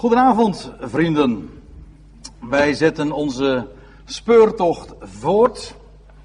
Goedenavond, vrienden. Wij zetten onze speurtocht voort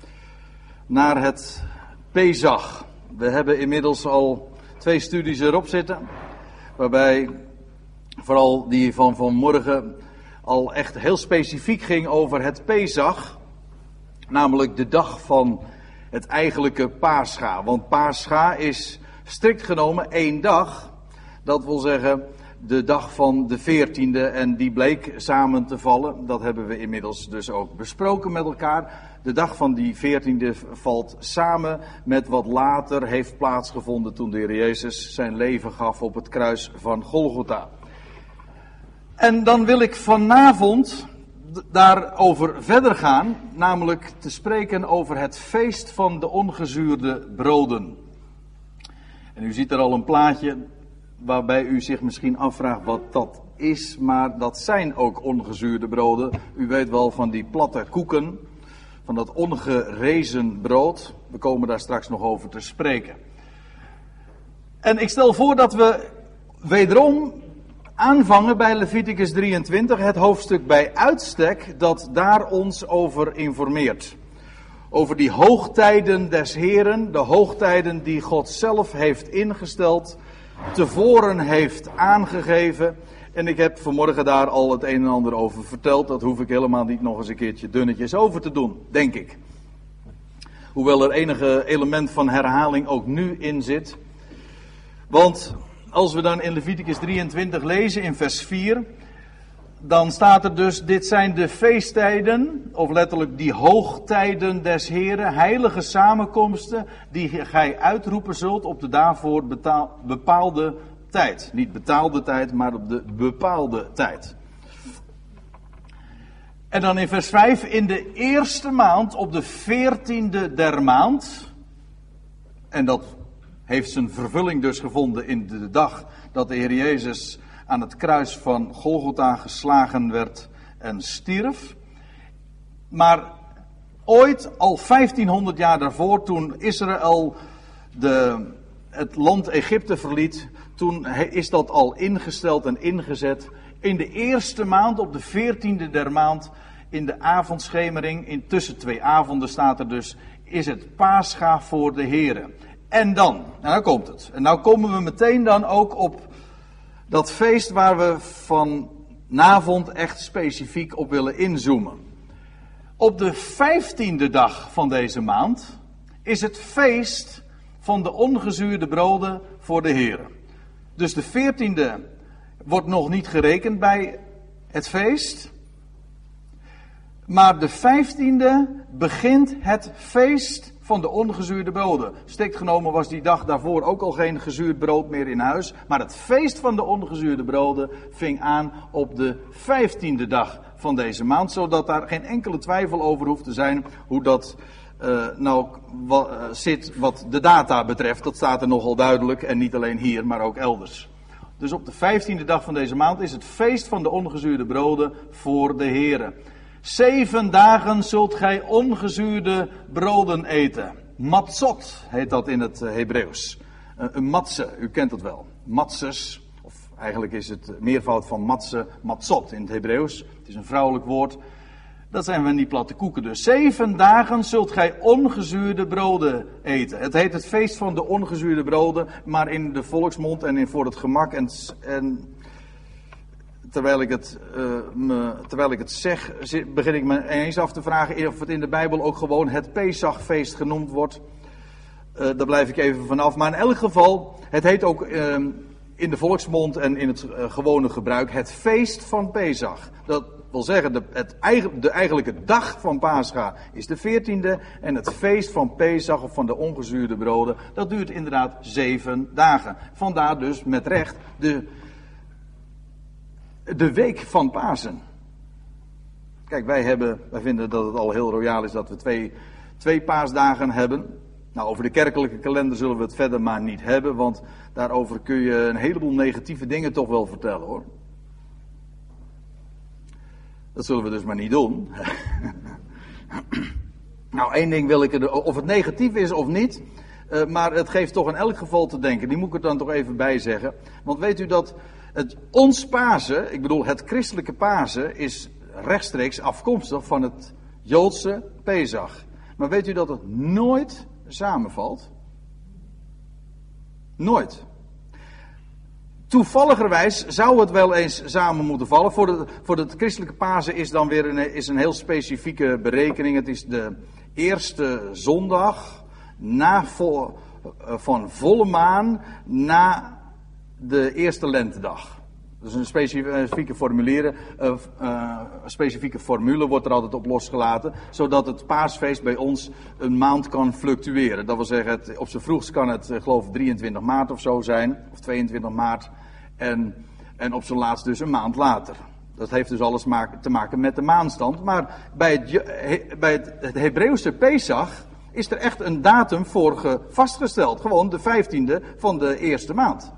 naar het Pesach. We hebben inmiddels al 2 studies erop zitten, waarbij vooral die van vanmorgen al echt heel specifiek ging over het Pesach, namelijk de dag van het eigenlijke Pascha. Want Pascha is strikt genomen 1 dag, dat wil zeggen de dag van de 14e, en die bleek samen te vallen. Dat hebben we inmiddels dus ook besproken met elkaar. De dag van die 14e valt samen met wat later heeft plaatsgevonden toen de Heer Jezus zijn leven gaf op het kruis van Golgotha. En dan wil ik vanavond daarover verder gaan, namelijk te spreken over het feest van de ongezuurde broden. En u ziet er al een plaatje waarbij u zich misschien afvraagt wat dat is, maar dat zijn ook ongezuurde broden. U weet wel van die platte koeken, van dat ongerezen brood. We komen daar straks nog over te spreken. En ik stel voor dat we wederom aanvangen bij Leviticus 23, het hoofdstuk bij uitstek dat daar ons over informeert. Over die hoogtijden des Heren, de hoogtijden die God zelf heeft ingesteld, tevoren heeft aangegeven. En ik heb vanmorgen daar al het een en ander over verteld. Dat hoef ik helemaal niet nog eens een keertje dunnetjes over te doen, denk ik. Hoewel er enige element van herhaling ook nu in zit. Want als we dan in Leviticus 23 lezen in vers 4... dan staat er dus, dit zijn de feesttijden, of letterlijk die hoogtijden des Heren, heilige samenkomsten, die gij uitroepen zult op de daarvoor bepaalde tijd. Niet betaalde tijd, maar op de bepaalde tijd. En dan in vers 5, in de eerste maand, op de 14e der maand, en dat heeft zijn vervulling dus gevonden in de dag dat de Heer Jezus aan het kruis van Golgotha geslagen werd en stierf. Maar ooit, al 1500 jaar daarvoor, toen Israël het land Egypte verliet, toen is dat al ingesteld en ingezet. In de eerste maand, op de 14e der maand, in de avondschemering, tussen 2 avonden staat er dus, is het Pascha voor de Here. En dan komt het. En nou komen we meteen dan ook op dat feest waar we vanavond echt specifiek op willen inzoomen. Op de 15e dag van deze maand is het feest van de ongezuurde broden voor de Heer. Dus de 14e wordt nog niet gerekend bij het feest. Maar de 15e begint het feest van de ongezuurde broden. Strikt genomen was die dag daarvoor ook al geen gezuurd brood meer in huis. Maar het feest van de ongezuurde broden ving aan op de 15e dag van deze maand. Zodat daar geen enkele twijfel over hoeft te zijn hoe dat zit wat de data betreft. Dat staat er nogal duidelijk en niet alleen hier, maar ook elders. Dus op de 15e dag van deze maand is het feest van de ongezuurde broden voor de Here. 7 dagen zult gij ongezuurde broden eten. Matzot heet dat in het Hebreeuws. Een matse, u kent het wel. Matzes, of eigenlijk is het meervoud van matse, matzot in het Hebreeuws. Het is een vrouwelijk woord. Dat zijn van die platte koeken dus. 7 dagen zult gij ongezuurde broden eten. Het heet het feest van de ongezuurde broden, maar in de volksmond en voor het gemak en terwijl ik het zeg, begin ik me eens af te vragen of het in de Bijbel ook gewoon het Pesachfeest genoemd wordt. Daar blijf ik even vanaf. Maar in elk geval, het heet ook in de volksmond en in het gewone gebruik het feest van Pesach. Dat wil zeggen, de eigenlijke dag van Pascha is de 14e en het feest van Pesach of van de ongezuurde broden, dat duurt inderdaad 7 dagen. Vandaar dus met recht de week van Pasen. Kijk, wij vinden dat het al heel royaal is dat we twee paasdagen hebben. Nou, over de kerkelijke kalender zullen we het verder maar niet hebben, want daarover kun je een heleboel negatieve dingen toch wel vertellen, hoor. Dat zullen we dus maar niet doen. Nou, 1 ding wil ik of het negatief is of niet, maar het geeft toch in elk geval te denken. Die moet ik er dan toch even bij zeggen. Want weet u dat Ons Pasen, ik bedoel het christelijke Pasen, is rechtstreeks afkomstig van het Joodse Pesach. Maar weet u dat het nooit samenvalt? Nooit. Toevalligerwijs zou het wel eens samen moeten vallen. Voor het christelijke Pasen is dan weer een heel specifieke berekening. Het is de eerste zondag van volle maan na de eerste lentedag. Dus een specifieke formule wordt er altijd op losgelaten, zodat het paasfeest bij ons een maand kan fluctueren. Dat wil zeggen, op z'n vroegst kan het, geloof ik, 23 maart of zo zijn, of 22 maart, en op z'n laatst dus een maand later. Dat heeft dus alles te maken met de maanstand. Maar bij het Hebreeuwse Pesach is er echt een datum voor vastgesteld. Gewoon de 15e van de eerste maand.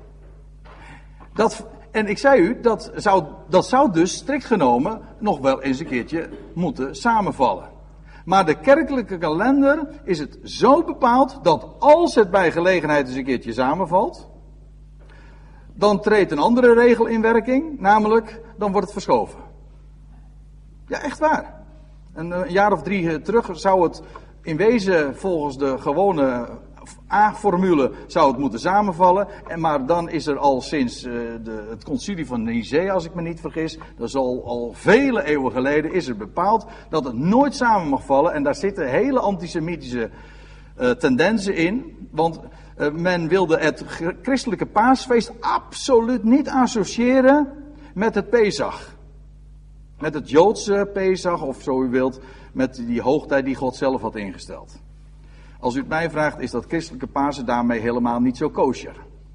En ik zei u, dat zou dus strikt genomen nog wel eens een keertje moeten samenvallen. Maar de kerkelijke kalender is het zo bepaald dat als het bij gelegenheid eens een keertje samenvalt, dan treedt een andere regel in werking, namelijk dan wordt het verschoven. Ja, echt waar. Een jaar of 3 terug zou het in wezen volgens de gewone A-formule zou het moeten samenvallen. Maar dan is er al sinds het concilie van Nicea, als ik me niet vergis, dat is al vele eeuwen geleden, is er bepaald dat het nooit samen mag vallen. En daar zitten hele antisemitische tendensen in. Want men wilde het christelijke paasfeest absoluut niet associëren met het Pesach. Met het Joodse Pesach, of zo u wilt, met die hoogtijd die God zelf had ingesteld. Als u het mij vraagt, is dat christelijke Pasen daarmee helemaal niet zo kosher.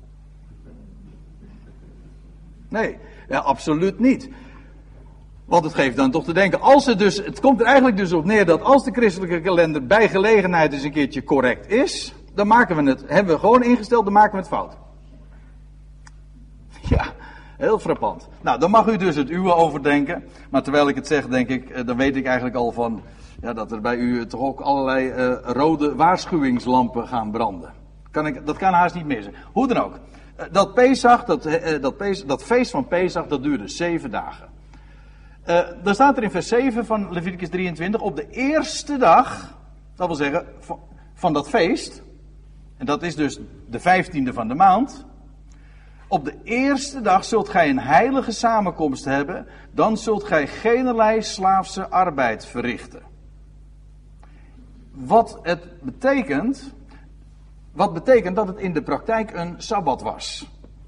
Nee, ja, absoluut niet. Want het geeft dan toch te denken, het komt er eigenlijk dus op neer dat als de christelijke kalender bij gelegenheid eens een keertje correct is, dan hebben we gewoon ingesteld, dan maken we het fout. Ja, heel frappant. Nou, dan mag u dus het uwe overdenken. Maar terwijl ik het zeg, denk ik, dan weet ik eigenlijk al van, ja, dat er bij u toch ook allerlei rode waarschuwingslampen gaan branden. Dat kan haast niet missen. Hoe dan ook. Dat feest van Pesach, dat duurde 7 dagen. Dan staat er in vers 7 van Leviticus 23, op de eerste dag, dat wil zeggen, van dat feest, en dat is dus de 15e van de maand, op de eerste dag zult gij een heilige samenkomst hebben, dan zult gij generlei slaafse arbeid verrichten. Wat betekent dat het in de praktijk een sabbat was.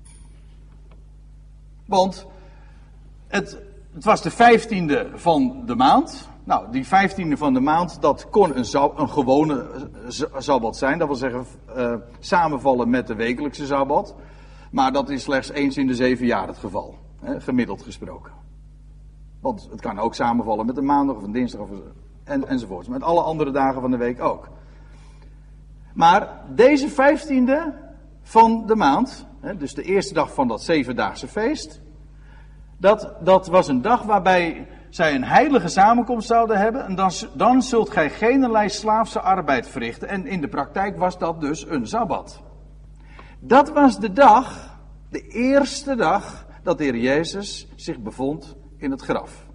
Want het was de 15e van de maand. Nou, die 15e van de maand, dat kon een gewone sabbat zijn. Dat wil zeggen samenvallen met de wekelijkse sabbat. Maar dat is slechts eens in de 7 jaar het geval. Gemiddeld gesproken. Want het kan ook samenvallen met een maandag of een dinsdag enzovoorts. Met alle andere dagen van de week ook. Maar deze 15e van de maand, dus de eerste dag van dat 7-daagse feest, dat was een dag waarbij zij een heilige samenkomst zouden hebben. En dan zult gij generlei slaafse arbeid verrichten. En in de praktijk was dat dus een sabbat. Dat was de eerste dag, dat de Heer Jezus zich bevond in het graf.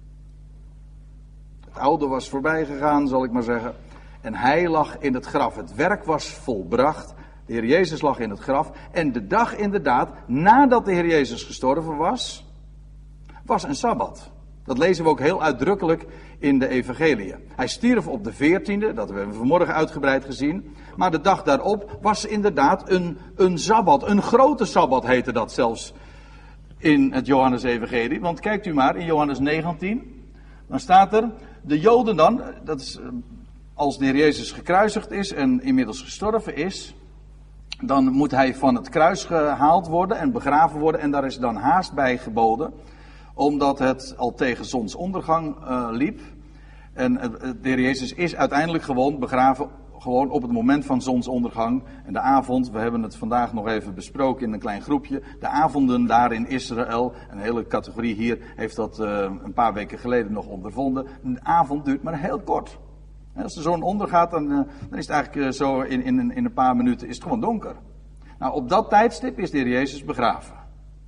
Het oude was voorbij gegaan, zal ik maar zeggen. En hij lag in het graf. Het werk was volbracht. De Heer Jezus lag in het graf. En de dag inderdaad, nadat de Heer Jezus gestorven was een sabbat. Dat lezen we ook heel uitdrukkelijk in de evangeliën. Hij stierf op de 14e, dat hebben we vanmorgen uitgebreid gezien. Maar de dag daarop was inderdaad een sabbat. Een grote sabbat heette dat zelfs in het Johannes-evangelie. Want kijkt u maar in Johannes 19. Dan staat er, de Joden dan, dat is als de Heer Jezus gekruisigd is en inmiddels gestorven is, dan moet hij van het kruis gehaald worden en begraven worden. En daar is dan haast bij geboden, omdat het al tegen zonsondergang liep. En de Heer Jezus is uiteindelijk gewoon begraven, gewoon op het moment van zonsondergang. En de avond, we hebben het vandaag nog even besproken in een klein groepje. De avonden daar in Israël, een hele categorie hier heeft dat een paar weken geleden nog ondervonden. De avond duurt maar heel kort. Als de zon ondergaat, dan is het eigenlijk zo in een paar minuten is het gewoon donker. Nou, op dat tijdstip is de Heer Jezus begraven.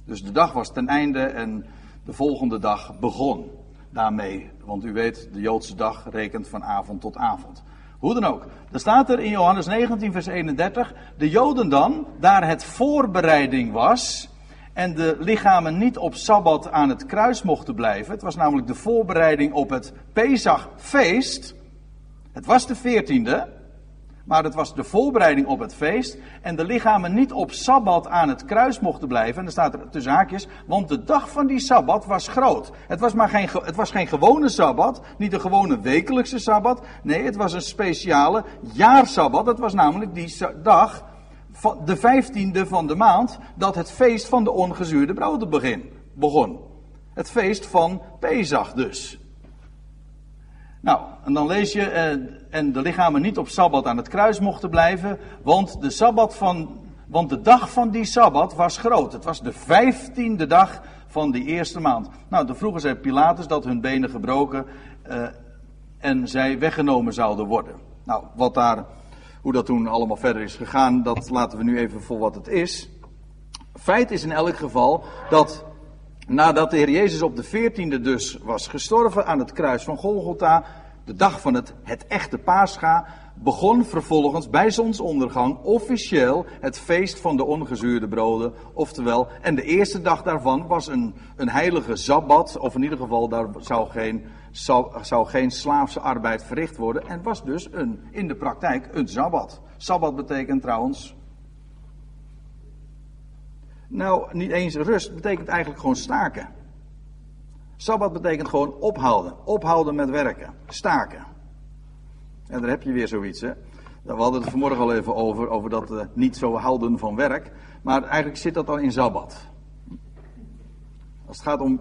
Dus de dag was ten einde en de volgende dag begon daarmee. Want u weet, de Joodse dag rekent van avond tot avond. Hoe dan ook. Er staat er in Johannes 19 vers 31. De Joden dan, daar het voorbereiding was en de lichamen niet op Sabbat aan het kruis mochten blijven. Het was namelijk de voorbereiding op het Pesachfeest. Het was de 14e. Maar het was de voorbereiding op het feest. En de lichamen niet op Sabbat aan het kruis mochten blijven. En dan staat er tussen haakjes. Want de dag van die Sabbat was groot. Het was geen gewone Sabbat. Niet een gewone wekelijkse Sabbat. Nee, het was een speciale jaarsabbat. Het was namelijk die dag. De 15e van de maand. Dat het feest van de ongezuurde broden begon. Het feest van Pesach dus. Nou, en dan lees je, en de lichamen niet op Sabbat aan het kruis mochten blijven, want de dag van die Sabbat was groot. Het was de 15e dag van die eerste maand. Nou, toen vroegen zij Pilatus dat hun benen gebroken en zij weggenomen zouden worden. Nou, hoe dat toen allemaal verder is gegaan, dat laten we nu even voor wat het is. Feit is in elk geval dat nadat de Heer Jezus op de 14e dus was gestorven aan het kruis van Golgotha, de dag van het echte Pascha, begon vervolgens bij zonsondergang officieel het feest van de ongezuurde broden. Oftewel, en de eerste dag daarvan was een heilige Sabbat, of in ieder geval daar zou geen slaafse arbeid verricht worden. En was dus in de praktijk een Sabbat. Sabbat betekent trouwens, nou, niet eens rust, betekent eigenlijk gewoon staken. Sabbat betekent gewoon ophouden. Ophouden met werken. Staken. En daar heb je weer zoiets, hè. We hadden het vanmorgen al even over dat niet zo houden van werk. Maar eigenlijk zit dat al in Sabbat. Als het gaat om...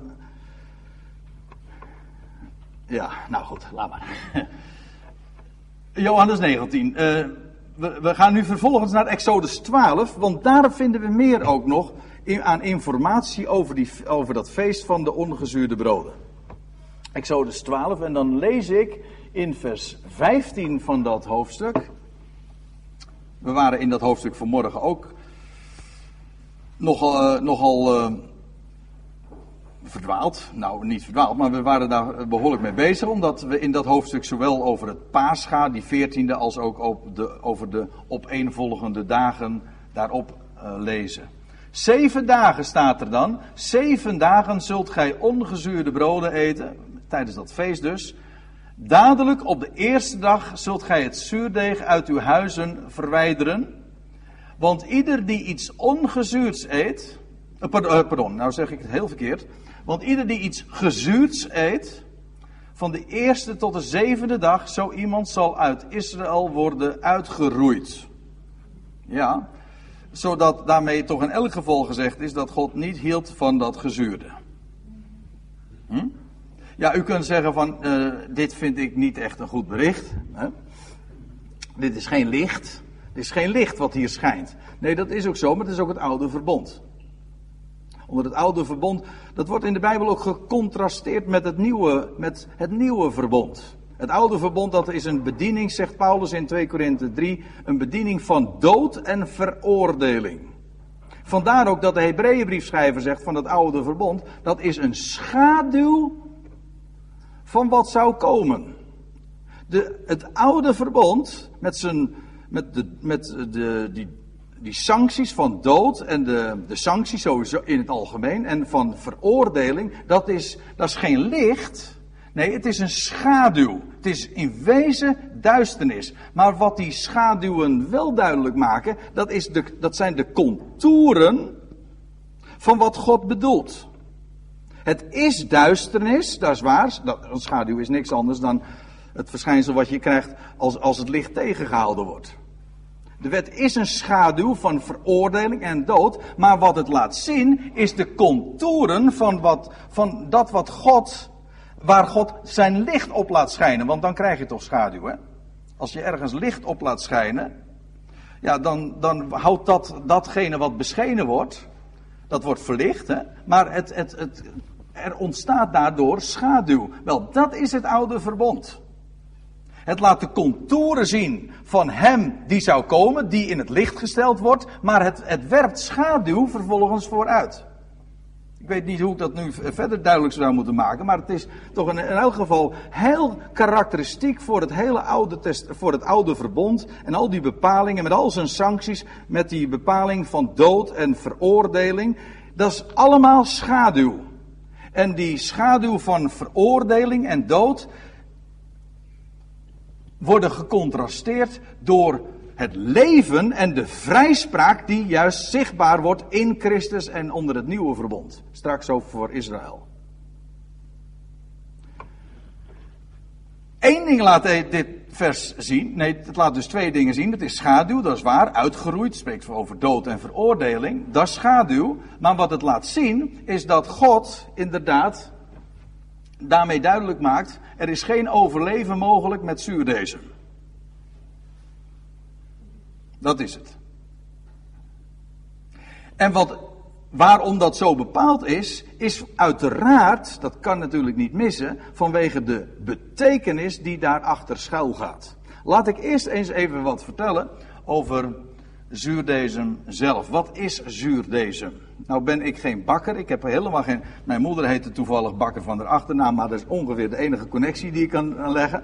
Ja, nou goed, laat maar. Johannes 19. We gaan nu vervolgens naar Exodus 12, want daar vinden we meer ook nog aan informatie over dat feest van de ongezuurde broden. Exodus 12, en dan lees ik in vers 15 van dat hoofdstuk. We waren in dat hoofdstuk vanmorgen ook nogal verdwaald. Nou, niet verdwaald, maar we waren daar behoorlijk mee bezig. Omdat we in dat hoofdstuk zowel over het Pascha, die 14e, als ook over de opeenvolgende dagen daarop lezen. 7 dagen staat er dan. 7 dagen zult gij ongezuurde broden eten. Tijdens dat feest dus. Dadelijk op de eerste dag zult gij het zuurdeeg uit uw huizen verwijderen. Want ieder die iets ongezuurds eet... Pardon, nou zeg ik het heel verkeerd. Want ieder die iets gezuurds eet, van de eerste tot de 7e dag, zo iemand zal uit Israël worden uitgeroeid. Ja, zodat daarmee toch in elk geval gezegd is dat God niet hield van dat gezuurde. Ja, u kunt zeggen van, dit vind ik niet echt een goed bericht. Hè? Dit is geen licht. Dit is geen licht wat hier schijnt. Nee, dat is ook zo, maar het is ook het oude verbond. Onder het oude verbond, dat wordt in de Bijbel ook gecontrasteerd met het nieuwe verbond. Het oude verbond, dat is een bediening, zegt Paulus in 2 Korinthe 3, een bediening van dood en veroordeling. Vandaar ook dat de Hebreeënbriefschrijver zegt van het oude verbond, dat is een schaduw van wat zou komen. Het oude verbond, die sancties van dood en de sancties sowieso in het algemeen en van veroordeling, dat is geen licht. Nee, het is een schaduw. Het is in wezen duisternis. Maar wat die schaduwen wel duidelijk maken, dat zijn de contouren van wat God bedoelt. Het is duisternis, dat is waar. Een schaduw is niks anders dan het verschijnsel wat je krijgt als het licht tegengehouden wordt. De wet is een schaduw van veroordeling en dood, maar wat het laat zien is de contouren van dat wat God, waar God zijn licht op laat schijnen. Want dan krijg je toch schaduw, hè? Als je ergens licht op laat schijnen, ja, dan houdt datgene wat beschenen wordt, dat wordt verlicht, hè? Maar er ontstaat daardoor schaduw. Wel, dat is het oude verbond. Het laat de contouren zien van hem die zou komen, die in het licht gesteld wordt, maar het werpt schaduw vervolgens vooruit. Ik weet niet hoe ik dat nu verder duidelijk zou moeten maken, maar het is toch in elk geval heel karakteristiek voor het hele voor het oude verbond en al die bepalingen met al zijn sancties, met die bepaling van dood en veroordeling. Dat is allemaal schaduw. En die schaduw van veroordeling en dood worden gecontrasteerd door het leven en de vrijspraak die juist zichtbaar wordt in Christus en onder het nieuwe verbond. Straks ook voor Israël. Eén ding laat dit vers zien. Nee, het laat dus twee dingen zien. Het is schaduw, dat is waar. Uitgeroeid, het spreekt over dood en veroordeling. Dat is schaduw. Maar wat het laat zien, is dat God inderdaad daarmee duidelijk maakt, er is geen overleven mogelijk met zuurdesem. Dat is het. En waarom dat zo bepaald is uiteraard, dat kan natuurlijk niet missen, vanwege de betekenis die daarachter schuil gaat. Laat ik eerst eens even wat vertellen over zuurdesem zelf. Wat is zuurdesem? Nou ben ik geen bakker, ik heb helemaal geen... Mijn moeder heette toevallig Bakker van der achternaam, maar dat is ongeveer de enige connectie die ik kan leggen.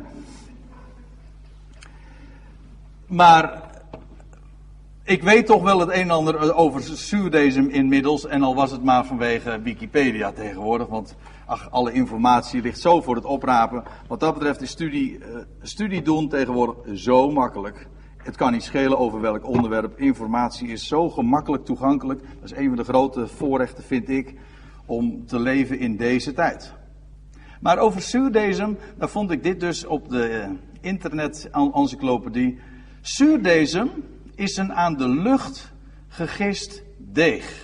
Maar ik weet toch wel het een en ander over zuurdesem inmiddels, en al was het maar vanwege Wikipedia tegenwoordig, want alle informatie ligt zo voor het oprapen. Wat dat betreft is studie doen tegenwoordig zo makkelijk. Het kan niet schelen over welk onderwerp. Informatie is zo gemakkelijk toegankelijk. Dat is een van de grote voorrechten, vind ik, om te leven in deze tijd. Maar over zuurdesem, daar vond ik dit dus op de internet-encyclopedie. Zuurdesem is een aan de lucht gegist deeg.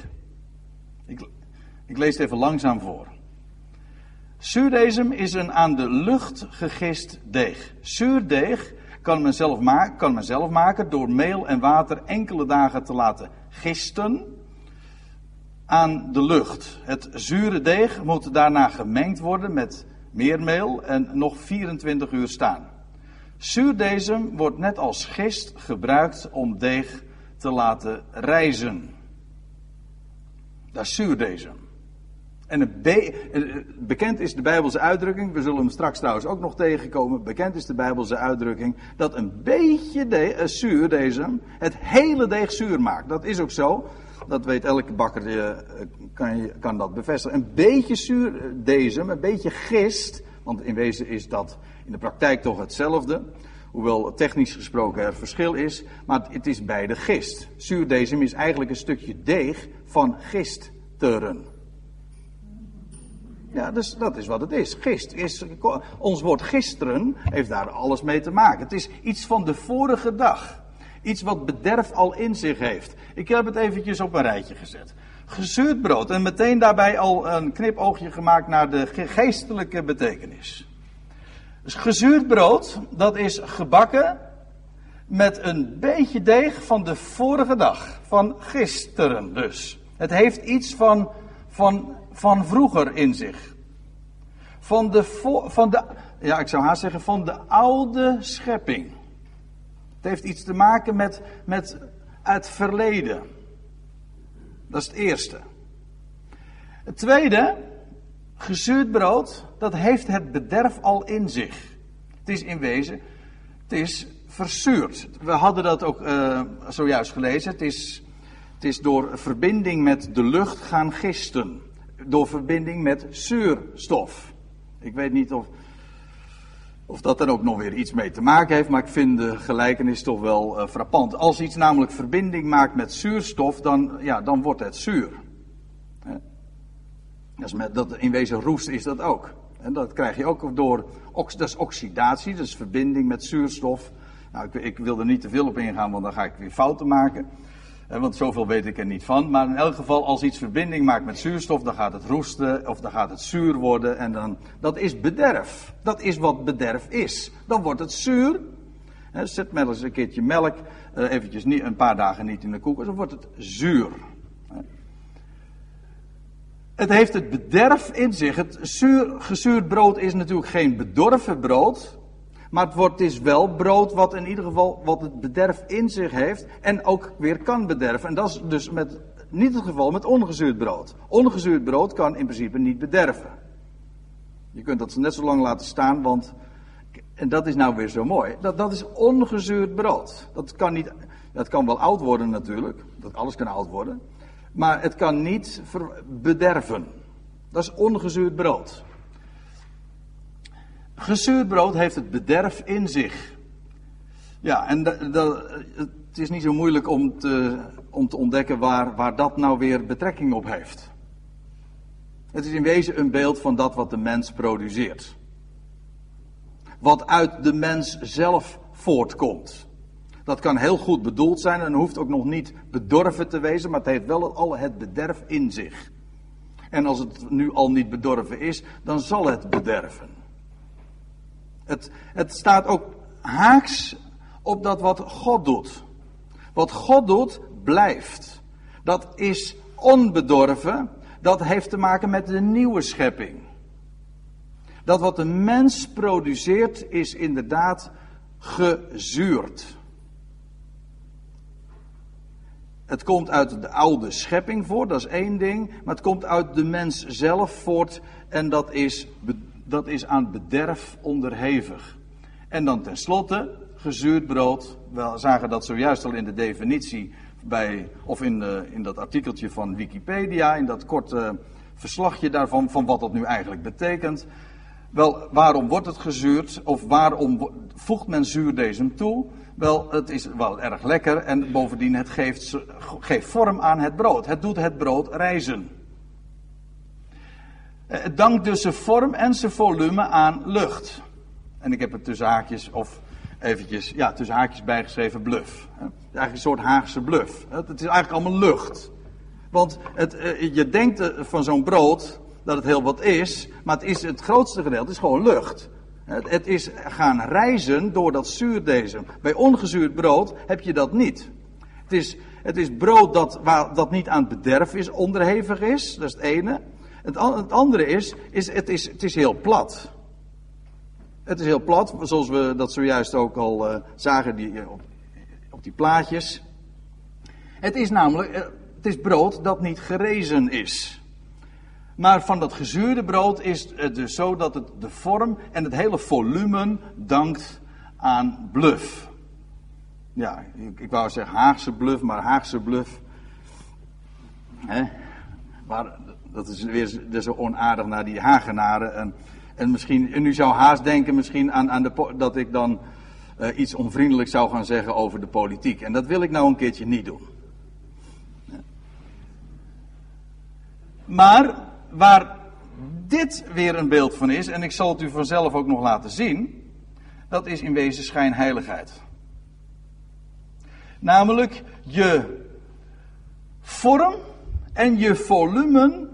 Ik lees het even langzaam voor. Zuurdesem is een aan de lucht gegist deeg. Zuurdeeg kan men zelf maken door meel en water enkele dagen te laten gisten aan de lucht. Het zure deeg moet daarna gemengd worden met meer meel en nog 24 uur staan. Zuurdesem wordt net als gist gebruikt om deeg te laten rijzen. Dat is zuurdesem. En bekend is de Bijbelse uitdrukking, we zullen hem straks trouwens ook nog tegenkomen, bekend is de Bijbelse uitdrukking dat een beetje zuurdesem het hele deeg zuur maakt. Dat is ook zo, dat weet elke bakker, kan dat bevestigen. Een beetje zuurdesem, een beetje gist, want in wezen is dat in de praktijk toch hetzelfde, hoewel technisch gesproken er verschil is, maar het is beide gist. Zuurdesem is eigenlijk een stukje deeg van gisteren. Ja, dus dat is wat het is. Ons woord gisteren heeft daar alles mee te maken. Het is iets van de vorige dag. Iets wat bederf al in zich heeft. Ik heb het eventjes op een rijtje gezet. Gezuurd brood en meteen daarbij al een knipoogje gemaakt naar de geestelijke betekenis. Dus gezuurd brood, dat is gebakken met een beetje deeg van de vorige dag. Van gisteren dus. Het heeft iets van vroeger in zich. Ik zou haast zeggen, van de oude schepping. Het heeft iets te maken met het verleden. Dat is het eerste. Het tweede, gezuurd brood, dat heeft het bederf al in zich. Het is in wezen, het is verzuurd. We hadden dat ook zojuist gelezen. Het is door verbinding met de lucht gaan gisten. Door verbinding met zuurstof. Ik weet niet of dat er ook nog weer iets mee te maken heeft, maar ik vind de gelijkenis toch wel frappant. Als iets namelijk verbinding maakt met zuurstof, dan wordt het zuur. In wezen roest is dat ook. En dat krijg je ook door, dat is oxidatie, dat is verbinding met zuurstof. Nou, ik wil er niet te veel op ingaan, want dan ga ik weer fouten maken. Want zoveel weet ik er niet van. Maar in elk geval, als iets verbinding maakt met zuurstof, dan gaat het roesten of dan gaat het zuur worden. En dat is bederf. Dat is wat bederf is. Dan wordt het zuur. Zet maar eens een keertje melk, eventjes een paar dagen niet in de koek, dan wordt het zuur. Het heeft het bederf in zich. Het gezuurd brood is natuurlijk geen bedorven brood. Maar het is wel brood wat in ieder geval wat het bederf in zich heeft en ook weer kan bederven. En dat is dus niet het geval met ongezuurd brood. Ongezuurd brood kan in principe niet bederven. Je kunt dat net zo lang laten staan, want, en dat is nou weer zo mooi, dat is ongezuurd brood. Dat kan wel oud worden natuurlijk, alles kan oud worden, maar het kan niet bederven. Dat is ongezuurd brood. Gezuurd brood heeft het bederf in zich. Ja, en het is niet zo moeilijk om te ontdekken waar dat nou weer betrekking op heeft. Het is in wezen een beeld van dat wat de mens produceert. Wat uit de mens zelf voortkomt. Dat kan heel goed bedoeld zijn en hoeft ook nog niet bedorven te wezen, maar het heeft wel al het bederf in zich. En als het nu al niet bedorven is, dan zal het bederven. Het staat ook haaks op dat wat God doet. Wat God doet, blijft. Dat is onbedorven. Dat heeft te maken met de nieuwe schepping. Dat wat de mens produceert, is inderdaad gezuurd. Het komt uit de oude schepping voort, dat is één ding. Maar het komt uit de mens zelf voort en dat is aan bederf onderhevig. En dan tenslotte, gezuurd brood. We zagen dat zojuist al in de definitie in dat artikeltje van Wikipedia, in dat korte verslagje daarvan, van wat dat nu eigenlijk betekent. Wel, waarom wordt het gezuurd? Of waarom voegt men zuurdesem toe? Wel, het is wel erg lekker en bovendien het geeft vorm aan het brood. Het doet het brood rijzen. Het dankt dus zijn vorm en zijn volume aan lucht. En ik heb het tussen haakjes tussen haakjes bijgeschreven bluff. Het is eigenlijk een soort Haagse bluff. Het is eigenlijk allemaal lucht. Want je denkt van zo'n brood dat het heel wat is, maar het grootste gedeelte is gewoon lucht. Het is gaan rijzen door dat zuurdesem. Bij ongezuurd brood heb je dat niet. Het is brood dat niet aan het bederf is, onderhevig is. Dat is het ene. Het andere is het is heel plat. Het is heel plat, zoals we dat zojuist ook al zagen op die plaatjes. Het is brood dat niet gerezen is. Maar van dat gezuurde brood is het dus zo dat het de vorm en het hele volume dankt aan bluff. Ja, ik wou zeggen Haagse bluff, maar Haagse bluff. Maar dat is weer zo onaardig naar die Hagenaren. En misschien, en u zou haast denken misschien dat ik dan iets onvriendelijks zou gaan zeggen over de politiek. En dat wil ik nou een keertje niet doen. Maar waar dit weer een beeld van is, en ik zal het u vanzelf ook nog laten zien, dat is in wezen schijnheiligheid. Namelijk je vorm en je volume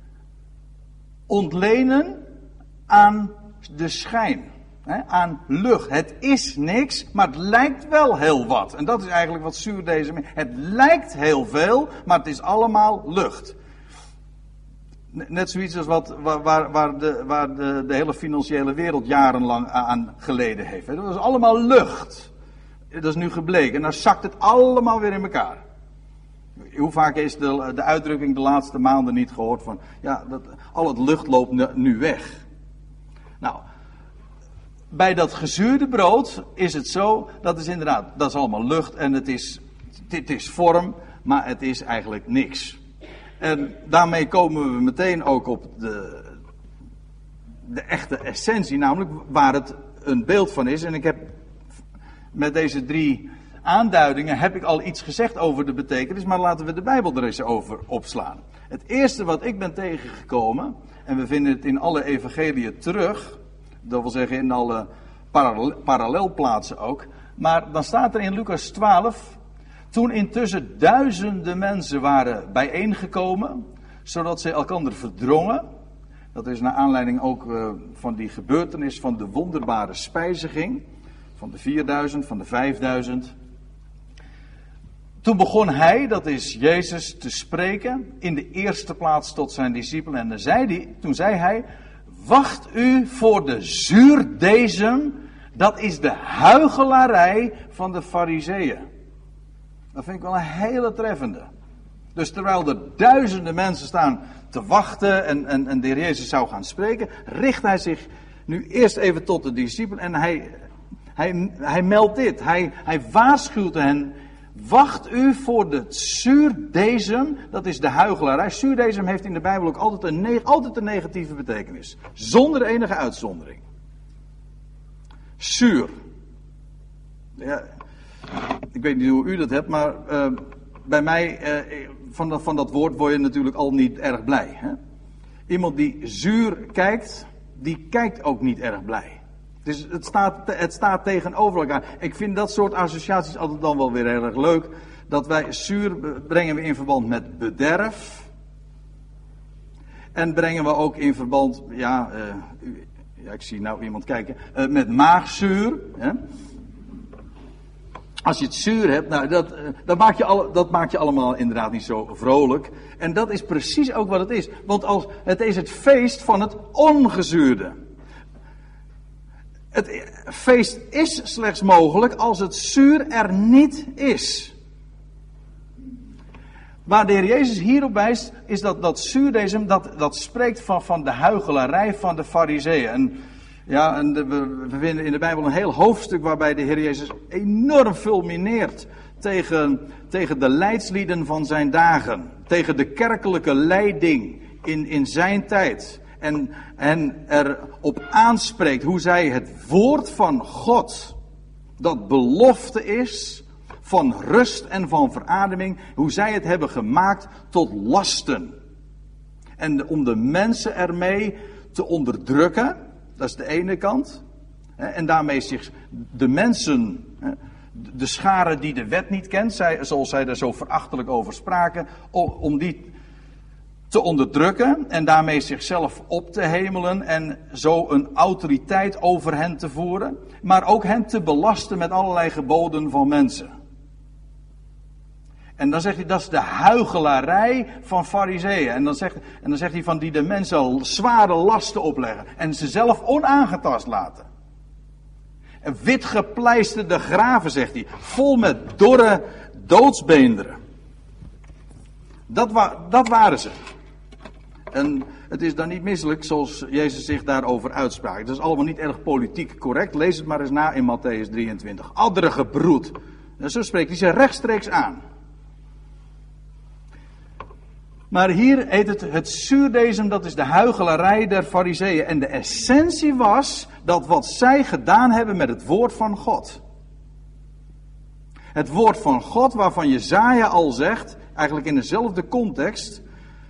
ontlenen aan de schijn, aan lucht. Het is niks, maar het lijkt wel heel wat. En dat is eigenlijk wat zuurdesem is. Het lijkt heel veel, maar het is allemaal lucht. Net zoiets als waar de hele financiële wereld jarenlang aan geleden heeft. Dat was allemaal lucht. Dat is nu gebleken. En dan zakt het allemaal weer in elkaar. Hoe vaak is de uitdrukking de laatste maanden niet gehoord van, ja, al het lucht loopt nu weg. Nou, bij dat gezuurde brood is het zo, dat is inderdaad, dat is allemaal lucht en het is vorm, maar het is eigenlijk niks. En daarmee komen we meteen ook op de echte essentie, namelijk waar het een beeld van is. En ik heb met deze 3 aanduidingen heb ik al iets gezegd over de betekenis, maar laten we de Bijbel er eens over opslaan. Het eerste wat ik ben tegengekomen, en we vinden het in alle evangeliën terug, dat wil zeggen in alle parallelplaatsen ook, maar dan staat er in Lucas 12, toen intussen duizenden mensen waren bijeengekomen, zodat ze elkander verdrongen. Dat is naar aanleiding ook van die gebeurtenis van de wonderbare spijziging, van de 4000, van de 5000. Toen begon hij, dat is Jezus, te spreken, in de eerste plaats tot zijn discipelen. En toen zei hij, wacht u voor de zuurdesem, dat is de huichelarij van de Farizeeën. Dat vind ik wel een hele treffende. Dus terwijl er duizenden mensen staan te wachten en de Heer Jezus zou gaan spreken, richt hij zich nu eerst even tot de discipelen en hij meldt dit. Hij waarschuwt hen, wacht u voor de zuurdesem, dat is de huichelarij. Zuurdesem heeft in de Bijbel ook altijd een negatieve betekenis. Zonder enige uitzondering. Zuur. Ja, ik weet niet hoe u dat hebt, maar bij mij, van dat woord word je natuurlijk al niet erg blij. Hè? Iemand die zuur kijkt, die kijkt ook niet erg blij. Dus het staat tegenover elkaar. Ik vind dat soort associaties altijd dan wel weer heel erg leuk. Dat wij zuur brengen we in verband met bederf. En brengen we ook in verband, ik zie nou iemand kijken, met maagzuur. Hè? Als je het zuur hebt, nou, dat maakt je allemaal inderdaad niet zo vrolijk. En dat is precies ook wat het is. Want het is het feest van het ongezuurde. Het feest is slechts mogelijk als het zuur er niet is. Waar de Heer Jezus hierop wijst, is dat zuurdesem, dat spreekt van de huichelarij van de Farizeeën. En we vinden in de Bijbel een heel hoofdstuk waarbij de Heer Jezus enorm fulmineert tegen de leidslieden van zijn dagen. Tegen de kerkelijke leiding in zijn tijd. En erop aanspreekt hoe zij het woord van God, dat belofte is, van rust en van verademing, hoe zij het hebben gemaakt tot lasten. En om de mensen ermee te onderdrukken, dat is de ene kant. En daarmee zich de mensen, de schare die de wet niet kent, zoals zij er zo verachtelijk over spraken, om die te onderdrukken en daarmee zichzelf op te hemelen en zo een autoriteit over hen te voeren, maar ook hen te belasten met allerlei geboden van mensen. En dan zegt hij, dat is de huichelarij van Farizeeën. En dan zegt hij van die de mensen zware lasten opleggen en ze zelf onaangetast laten. En witgepleisterde graven, zegt hij, vol met dorre doodsbeenderen. Dat waren ze. En het is dan niet misselijk zoals Jezus zich daarover uitsprak. Het is allemaal niet erg politiek correct. Lees het maar eens na in Mattheüs 23. Adderige broed. En zo spreekt hij ze rechtstreeks aan. Maar hier heet het zuurdesem, dat is de huichelarij der Farizeeën. En de essentie was dat wat zij gedaan hebben met het woord van God. Het woord van God waarvan Jesaja al zegt, eigenlijk in dezelfde context,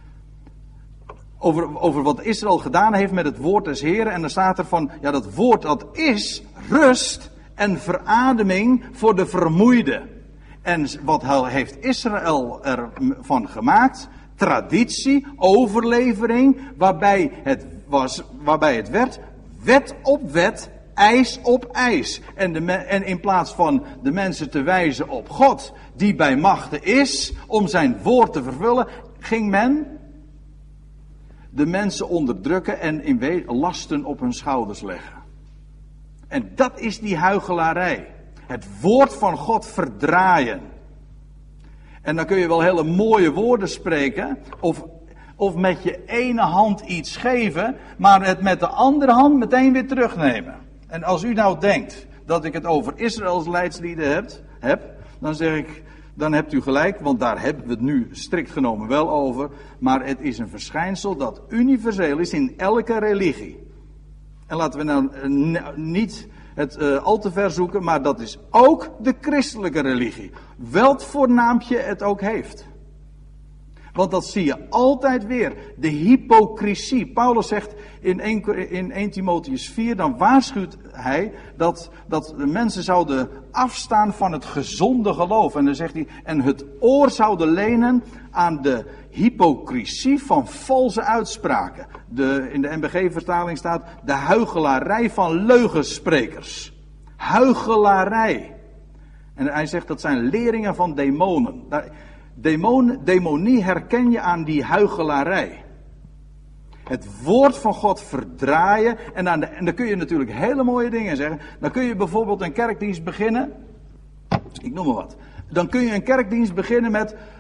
over wat Israël gedaan heeft met het woord des Heren. En dan staat er van, ja, dat woord dat is rust en verademing voor de vermoeide. En wat heeft Israël ervan gemaakt? Traditie, overlevering, waarbij het werd wet op wet, ijs op ijs. En in plaats van de mensen te wijzen op God, die bij machte is om zijn woord te vervullen, ging men de mensen onderdrukken en in lasten op hun schouders leggen. En dat is die huichelarij. Het woord van God verdraaien. En dan kun je wel hele mooie woorden spreken, of met je ene hand iets geven, maar het met de andere hand meteen weer terugnemen. En als u nou denkt dat ik het over Israëls leidslieden heb, dan zeg ik, dan hebt u gelijk, want daar hebben we het nu strikt genomen wel over. Maar het is een verschijnsel dat universeel is in elke religie. En laten we nou niet het al te ver zoeken, maar dat is ook de christelijke religie. Welk voornaampje het ook heeft. Want dat zie je altijd weer. De hypocrisie. Paulus zegt in 1 Timotheüs 4, dan waarschuwt hij dat de mensen zouden afstaan van het gezonde geloof. En dan zegt hij, en het oor zouden lenen aan de hypocrisie van valse uitspraken. In de NBG-vertaling staat de huichelarij van leugensprekers. Huichelarij. En hij zegt dat zijn leringen van demonen. Demonie herken je aan die huichelarij. Het woord van God verdraaien. En dan kun je natuurlijk hele mooie dingen zeggen. Dan kun je bijvoorbeeld een kerkdienst beginnen. Ik noem maar wat. Dan kun je een kerkdienst beginnen met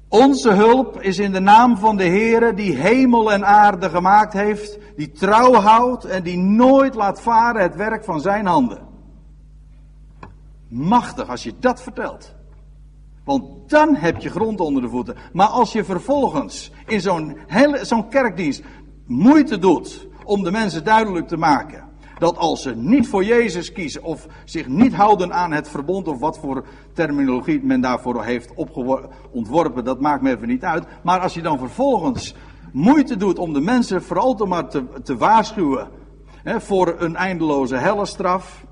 Onze hulp is in de naam van de Heere die hemel en aarde gemaakt heeft, die trouw houdt en die nooit laat varen het werk van zijn handen. Machtig als je dat vertelt. Want dan heb je grond onder de voeten. Maar als je vervolgens in zo'n kerkdienst moeite doet om de mensen duidelijk te maken dat als ze niet voor Jezus kiezen of zich niet houden aan het verbond of wat voor terminologie men daarvoor heeft ontworpen, dat maakt me even niet uit. Maar als je dan vervolgens moeite doet om de mensen vooral maar te waarschuwen voor een eindeloze hellestraf,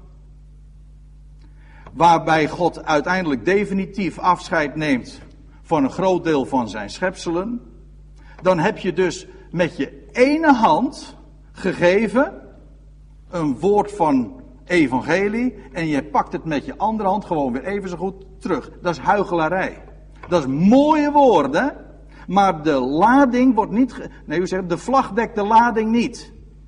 waarbij God uiteindelijk definitief afscheid neemt van een groot deel van zijn schepselen, dan heb je dus met je ene hand gegeven een woord van evangelie en je pakt het met je andere hand gewoon weer even zo goed terug. Dat is huichelarij. Dat is mooie woorden, maar de lading wordt niet... de vlag dekt de lading niet.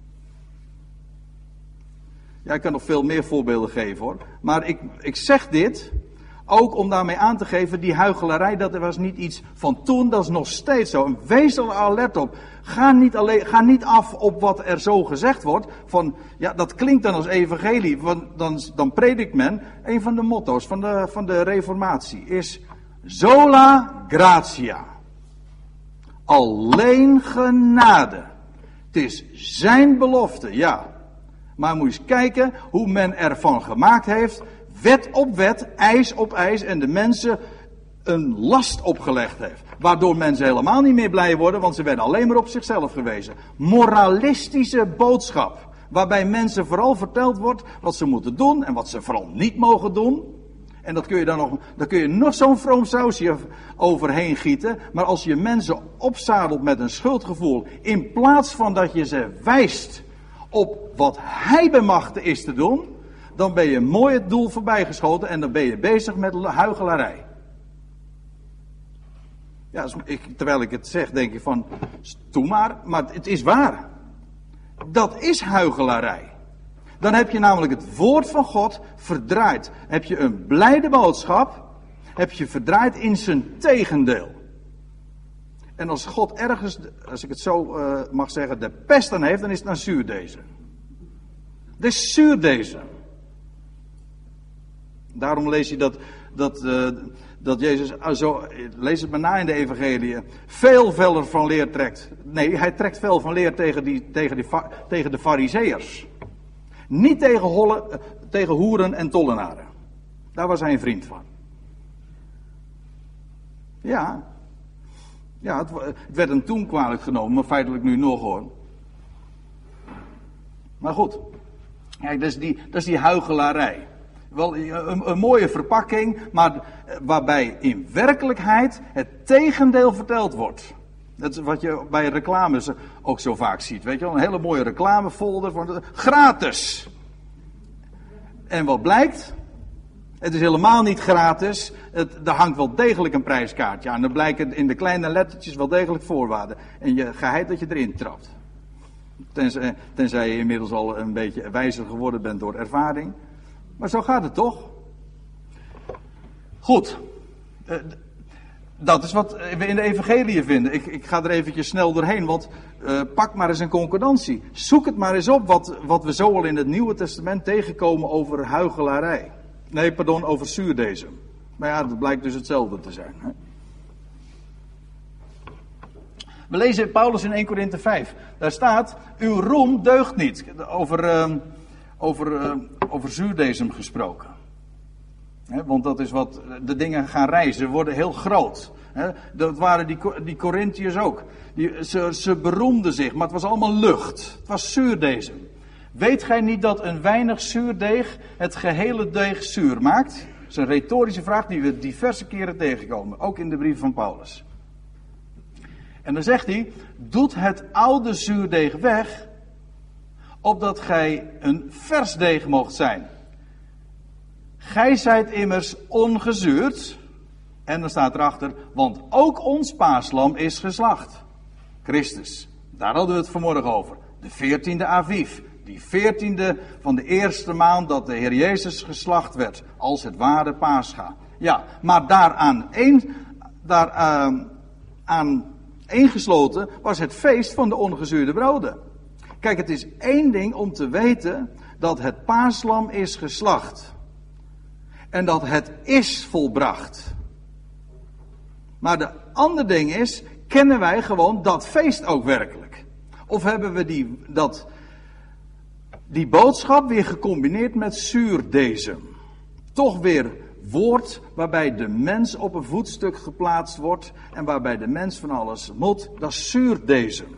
Ja, ik kan nog veel meer voorbeelden geven hoor. Maar ik zeg dit ook om daarmee aan te geven, die huichelarij, dat was niet iets van toen, dat is nog steeds zo. En wees er alert op. Ga niet af op wat er zo gezegd wordt. Van, ja, dat klinkt dan als evangelie. Want dan predikt men. Een van de motto's van de reformatie is sola gratia. Alleen genade. Het is zijn belofte, ja. Maar moet je eens kijken hoe men ervan gemaakt heeft. Wet op wet, eis op eis en de mensen een last opgelegd heeft. Waardoor mensen helemaal niet meer blij worden, want ze werden alleen maar op zichzelf gewezen. Moralistische boodschap. Waarbij mensen vooral verteld wordt wat ze moeten doen en wat ze vooral niet mogen doen. En dat kun je nog zo'n vroom sausje overheen gieten. Maar als je mensen opzadelt met een schuldgevoel, in plaats van dat je ze wijst op wat hij bemachtigd is te doen, dan ben je mooi het doel voorbijgeschoten en dan ben je bezig met huichelarij. Ja, terwijl ik het zeg, denk je van, doe maar het is waar. Dat is huichelarij. Dan heb je namelijk het woord van God verdraaid. Heb je een blijde boodschap, heb je verdraaid in zijn tegendeel. En als God ergens, als ik het zo mag zeggen, de pest aan heeft, dan is het naar zuurdezen. De zuurdezen. Daarom lees je dat Jezus, lees het maar na in de evangelie, veel veler van leer trekt. Nee, hij trekt veel van leer tegen de farizeeërs. Niet tegen hoeren en tollenaren. Daar was hij een vriend van. Ja, het werd hem toen kwalijk genomen, maar feitelijk nu nog hoor. Maar goed, kijk, dat is die huichelarij. Wel een mooie verpakking, maar waarbij in werkelijkheid het tegendeel verteld wordt. Dat is wat je bij reclames ook zo vaak ziet. Weet je wel, een hele mooie reclamefolder van gratis. En wat blijkt? Het is helemaal niet gratis. Er hangt wel degelijk een prijskaartje aan. Dan blijken in de kleine lettertjes wel degelijk voorwaarden. En je geheid dat je erin trapt. Tenzij je inmiddels al een beetje wijzer geworden bent door ervaring. Maar zo gaat het toch? Goed. Dat is wat we in de evangelie vinden. Ik ga er eventjes snel doorheen, want pak maar eens een concordantie. Zoek het maar eens op wat we zo al in het Nieuwe Testament tegenkomen over huichelarij. Nee, pardon, over zuurdesem. Maar ja, dat blijkt dus hetzelfde te zijn. Hè? We lezen Paulus in 1 Korinthe 5. Daar staat, uw roem deugt niet. Over zuurdesem gesproken. Want dat is wat de dingen gaan reizen, worden heel groot. Dat waren die Corinthiërs ook. Ze beroemden zich, maar het was allemaal lucht. Het was zuurdesem. Weet gij niet dat een weinig zuurdeeg het gehele deeg zuur maakt? Dat is een retorische vraag die we diverse keren tegenkomen. Ook in de brief van Paulus. En dan zegt hij, doet het oude zuurdeeg weg, opdat gij een vers deeg moogt zijn. Gij zijt immers ongezuurd. En dan staat erachter, want ook ons paaslam is geslacht. Christus. Daar hadden we het vanmorgen over. De 14e Aviv. Die 14e van de eerste maand dat de Heer Jezus geslacht werd. Als het ware Pascha. Ja, maar ingesloten was het feest van de ongezuurde broden. Kijk, het is één ding om te weten dat het paaslam is geslacht. En dat het is volbracht. Maar de andere ding is, kennen wij gewoon dat feest ook werkelijk? Of hebben we die boodschap weer gecombineerd met zuurdesem? Toch weer woord waarbij de mens op een voetstuk geplaatst wordt en waarbij de mens van alles moet, dat is zuurdesem.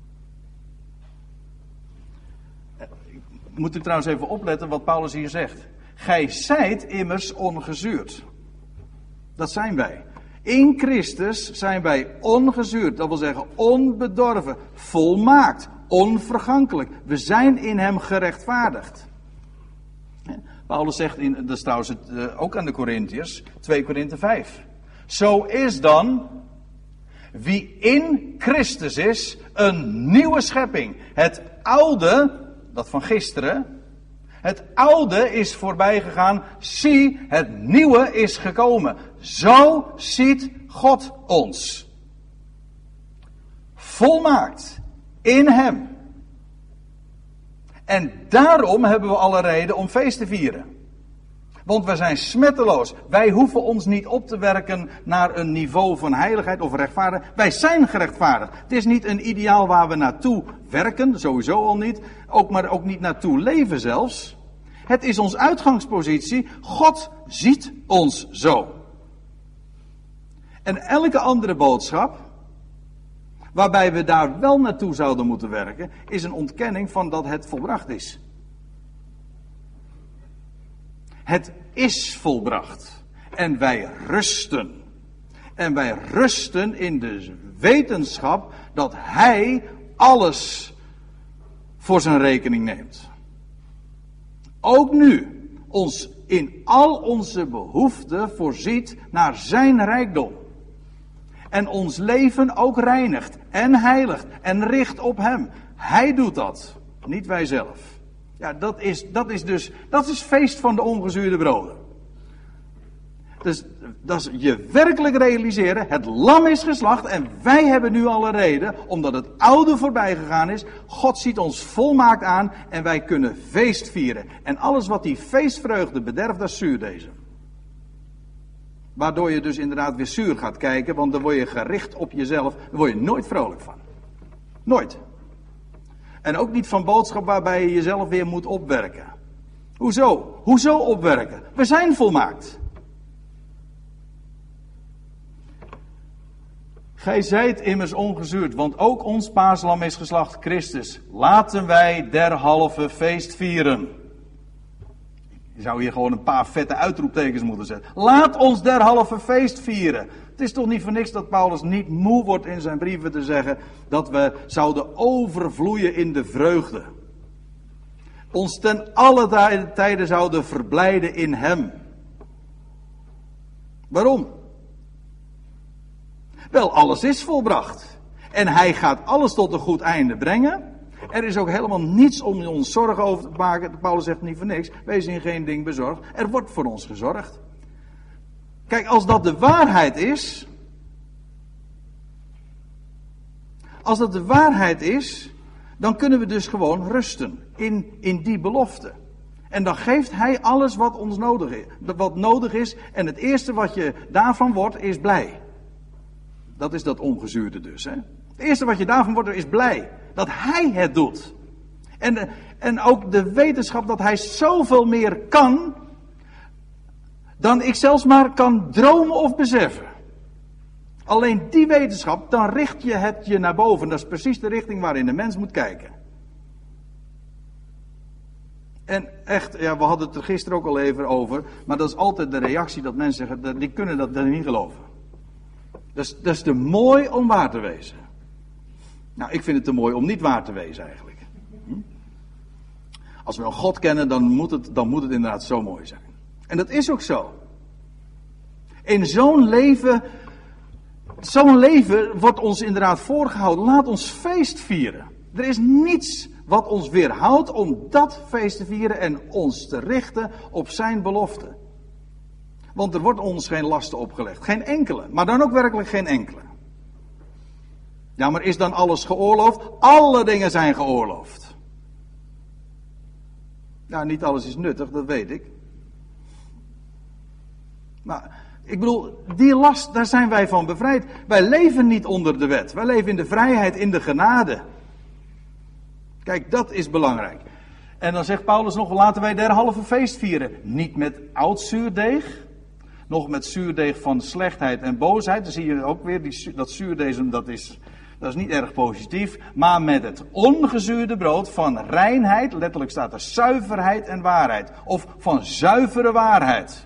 Moet u trouwens even opletten wat Paulus hier zegt. Gij zijt immers ongezuurd. Dat zijn wij. In Christus zijn wij ongezuurd. Dat wil zeggen onbedorven, volmaakt, onvergankelijk. We zijn in hem gerechtvaardigd. Paulus zegt, dat is trouwens ook aan de Korintiërs, 2 Korinthe 5. Zo is dan, wie in Christus is, een nieuwe schepping. Het oude, dat van gisteren, het oude is voorbij gegaan. Zie, het nieuwe is gekomen. Zo ziet God ons. Volmaakt. In hem. En daarom hebben we alle reden om feest te vieren. Want wij zijn smetteloos. Wij hoeven ons niet op te werken naar een niveau van heiligheid of rechtvaardigheid. Wij zijn gerechtvaardigd. Het is niet een ideaal waar we naartoe werken, sowieso al niet. Maar ook niet naartoe leven zelfs. Het is onze uitgangspositie. God ziet ons zo. En elke andere boodschap, waarbij we daar wel naartoe zouden moeten werken, is een ontkenning van dat het volbracht is. Het is volbracht. En wij rusten. En wij rusten in de wetenschap dat Hij alles voor zijn rekening neemt. Ook nu ons in al onze behoeften voorziet naar zijn rijkdom. En ons leven ook reinigt en heiligt en richt op hem. Hij doet dat, niet wij zelf. Ja, dat is feest van de ongezuurde broden. Dus dat is je werkelijk realiseren, het lam is geslacht en wij hebben nu alle reden, omdat het oude voorbij gegaan is. God ziet ons volmaakt aan en wij kunnen feest vieren. En alles wat die feestvreugde bederft, dat is zuurdesem. Waardoor je dus inderdaad weer zuur gaat kijken, want dan word je gericht op jezelf, daar word je nooit vrolijk van. Nooit. En ook niet van boodschap waarbij je jezelf weer moet opwerken. Hoezo? Hoezo opwerken? We zijn volmaakt. Gij zijt immers ongezuurd, want ook ons paaslam is geslacht, Christus. Laten wij derhalve feest vieren. Je zou hier gewoon een paar vette uitroeptekens moeten zetten. Laat ons derhalve feest vieren. Het is toch niet voor niks dat Paulus niet moe wordt in zijn brieven te zeggen dat we zouden overvloeien in de vreugde. Ons ten alle tijden zouden verblijden in hem. Waarom? Wel, alles is volbracht. En hij gaat alles tot een goed einde brengen. Er is ook helemaal niets om ons zorgen over te maken. Paulus zegt niet voor niks. Wees in geen ding bezorgd. Er wordt voor ons gezorgd. Kijk, als dat de waarheid is. Als dat de waarheid is. Dan kunnen we dus gewoon rusten. In die belofte. En dan geeft hij alles wat ons nodig is. Wat nodig is. En het eerste wat je daarvan wordt is blij. Dat is dat ongezuurde dus. Hè? Het eerste wat je daarvan wordt is blij. Dat hij het doet. En ook de wetenschap dat hij zoveel meer kan. Dan ik zelfs maar kan dromen of beseffen. Alleen die wetenschap, dan richt je het je naar boven. Dat is precies de richting waarin de mens moet kijken. En echt, ja, we hadden het er gisteren ook al even over. Maar dat is altijd de reactie dat mensen zeggen, die kunnen dat niet geloven. Dat is te mooi om waar te wezen. Nou, ik vind het te mooi om niet waar te wezen eigenlijk. Als we een God kennen, dan moet het inderdaad zo mooi zijn. En dat is ook zo. In zo'n leven wordt ons inderdaad voorgehouden. Laat ons feest vieren. Er is niets wat ons weerhoudt om dat feest te vieren en ons te richten op zijn belofte. Want er wordt ons geen lasten opgelegd. Geen enkele. Maar dan ook werkelijk geen enkele. Ja, maar is dan alles geoorloofd? Alle dingen zijn geoorloofd. Nou, niet alles is nuttig, dat weet ik. Maar ik bedoel, die last, daar zijn wij van bevrijd. Wij leven niet onder de wet. Wij leven in de vrijheid, in de genade. Kijk, dat is belangrijk. En dan zegt Paulus nog, laten wij derhalve feest vieren. Niet met oud zuurdeeg, nog met zuurdeeg van slechtheid en boosheid. Dan zie je ook weer, dat zuurdeeg, dat is niet erg positief. Maar met het ongezuurde brood van reinheid, letterlijk staat er zuiverheid en waarheid. Of van zuivere waarheid.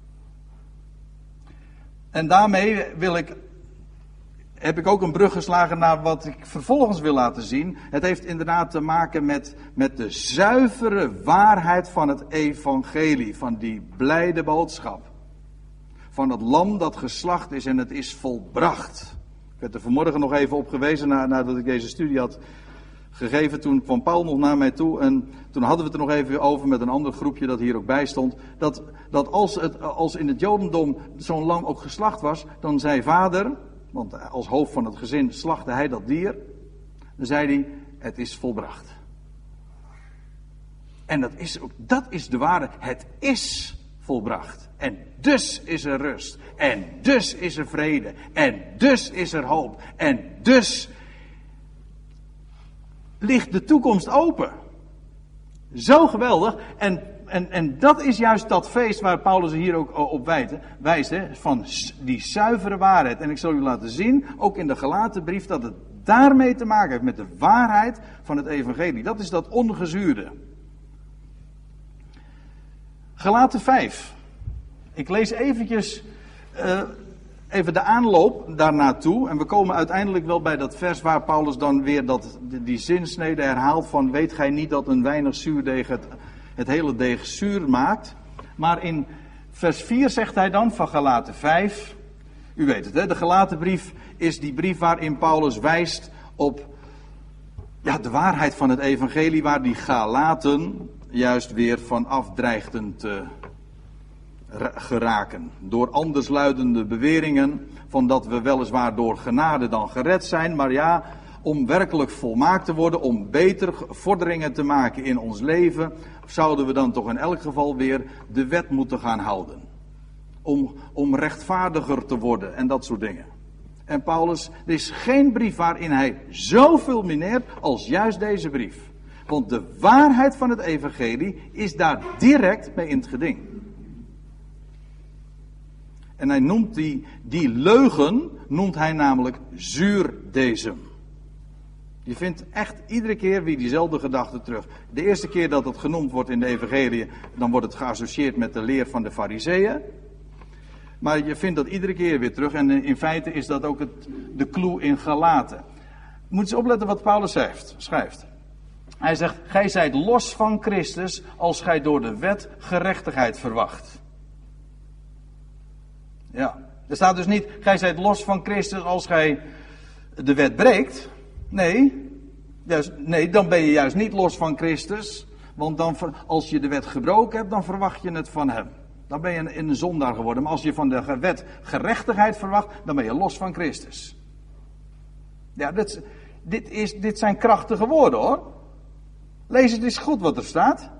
En daarmee heb ik ook een brug geslagen naar wat ik vervolgens wil laten zien. Het heeft inderdaad te maken met de zuivere waarheid van het evangelie. Van die blijde boodschap. Van het lam dat geslacht is en het is volbracht. Ik werd er vanmorgen nog even op gewezen nadat ik deze studie had gegeven. Toen kwam Paul nog naar mij toe en toen hadden we het er nog even over met een ander groepje dat hier ook bij stond. Dat als in het Jodendom zo'n lam ook geslacht was, dan zei vader, want als hoofd van het gezin slachtte hij dat dier. Dan zei hij, het is volbracht. En dat is de waarde. Het is volbracht. En dus is er rust. En dus is er vrede. En dus is er hoop. En dus ligt de toekomst open. Zo geweldig. En dat is juist dat feest waar Paulus hier ook op wijst. Van die zuivere waarheid. En ik zal u laten zien, ook in de Galatenbrief, dat het daarmee te maken heeft. Met de waarheid van het evangelie. Dat is dat ongezuurde. Galaten 5. Ik lees eventjes even de aanloop daarnaartoe. En we komen uiteindelijk wel bij dat vers waar Paulus dan weer die zinsnede herhaalt van, weet gij niet dat een weinig zuurdeeg het hele deeg zuur maakt. Maar in vers 4 zegt hij dan van Galaten 5. U weet het, hè? De Galatenbrief is die brief waarin Paulus wijst op de waarheid van het evangelie, waar die Galaten juist weer van afdreigden te geraken. Door andersluidende beweringen van dat we weliswaar door genade dan gered zijn, maar ja, om werkelijk volmaakt te worden, om beter vorderingen te maken in ons leven, zouden we dan toch in elk geval weer de wet moeten gaan houden. Om rechtvaardiger te worden en dat soort dingen. En Paulus, er is geen brief waarin hij zoveel mineert als juist deze brief. Want de waarheid van het evangelie is daar direct mee in het geding. En hij noemt die leugen, noemt hij namelijk zuurdesem. Je vindt echt iedere keer weer diezelfde gedachte terug. De eerste keer dat het genoemd wordt in de evangelie, dan wordt het geassocieerd met de leer van de Farizeeën. Maar je vindt dat iedere keer weer terug. En in feite is dat ook de clue in Galaten. Moet eens opletten wat Paulus schrijft. Hij zegt, gij zijt los van Christus als gij door de wet gerechtigheid verwacht. Ja, er staat dus niet, gij zijt los van Christus als gij de wet breekt. Nee, dan ben je juist niet los van Christus. Want dan, als je de wet gebroken hebt, dan verwacht je het van hem. Dan ben je een zondaar geworden. Maar als je van de wet gerechtigheid verwacht, dan ben je los van Christus. Ja, dit zijn krachtige woorden hoor. Lees het eens goed wat er staat.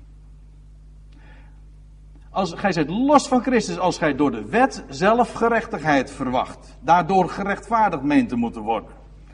Gij zijt los van Christus als gij door de wet zelf gerechtigheid verwacht. Daardoor gerechtvaardigd meent te moeten worden.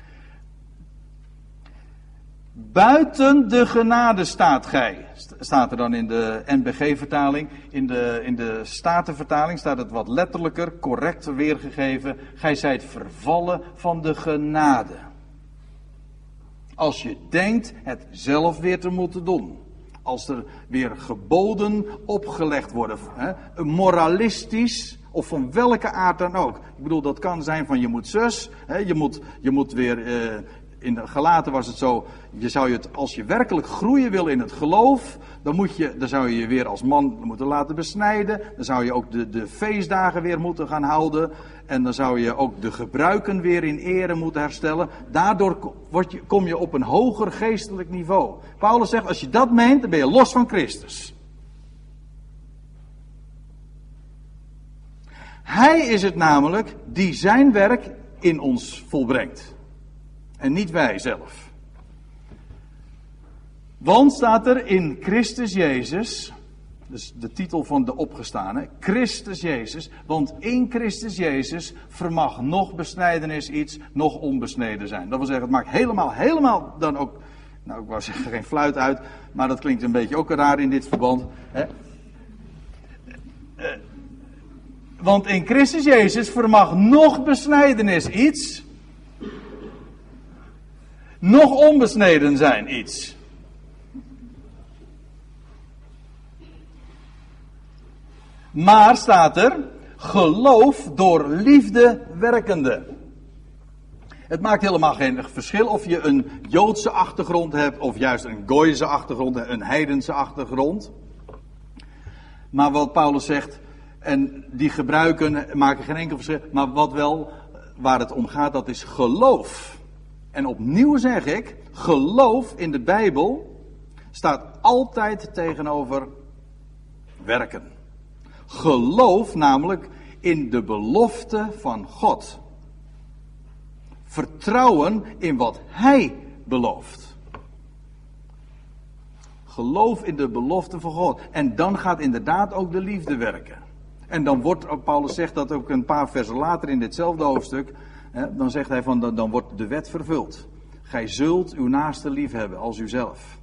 Buiten de genade staat gij. Staat er dan in de NBG-vertaling. In de Statenvertaling staat het wat letterlijker, correct weergegeven. Gij zijt vervallen van de genade. Als je denkt het zelf weer te moeten doen. Als er weer geboden opgelegd worden. Moralistisch of van welke aard dan ook. Ik bedoel, dat kan zijn van je moet zus. Je moet weer... In de Galaten was het zo, als je werkelijk groeien wil in het geloof, dan zou je je weer als man moeten laten besnijden. Dan zou je ook de feestdagen weer moeten gaan houden. En dan zou je ook de gebruiken weer in ere moeten herstellen. Daardoor kom je op een hoger geestelijk niveau. Paulus zegt, als je dat meent, dan ben je los van Christus. Hij is het namelijk die zijn werk in ons volbrengt. En niet wij zelf. Want staat er in Christus Jezus, dus de titel van de opgestane, Christus Jezus, want in Christus Jezus vermag nog besnijdenis iets, nog onbesneden zijn. Dat wil zeggen, het maakt helemaal dan ook, nou ik wou zeggen geen fluit uit, maar dat klinkt een beetje ook raar in dit verband. Hè? Want in Christus Jezus vermag nog besnijdenis iets, nog onbesneden zijn iets. Maar staat er, geloof door liefde werkende. Het maakt helemaal geen verschil of je een Joodse achtergrond hebt, of juist een Gooise achtergrond, een heidense achtergrond. Maar wat Paulus zegt, en die gebruiken, maken geen enkel verschil, maar wat wel, waar het om gaat, dat is geloof. En opnieuw zeg ik, geloof in de Bijbel staat altijd tegenover werken. Geloof namelijk in de belofte van God. Vertrouwen in wat Hij belooft. Geloof in de belofte van God. En dan gaat inderdaad ook de liefde werken. En dan wordt, Paulus zegt dat ook een paar versen later in ditzelfde hoofdstuk. Dan zegt hij van, dan wordt de wet vervuld. Gij zult uw naaste lief hebben als uzelf.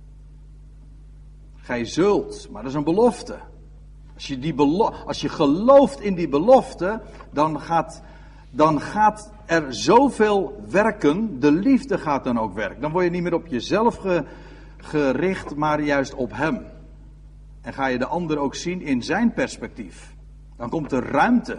Gij zult, maar dat is een belofte. Als je gelooft in die belofte, dan gaat er zoveel werken. De liefde gaat dan ook werken. Dan word je niet meer op jezelf gericht, maar juist op Hem. En ga je de ander ook zien in zijn perspectief. Dan komt er ruimte.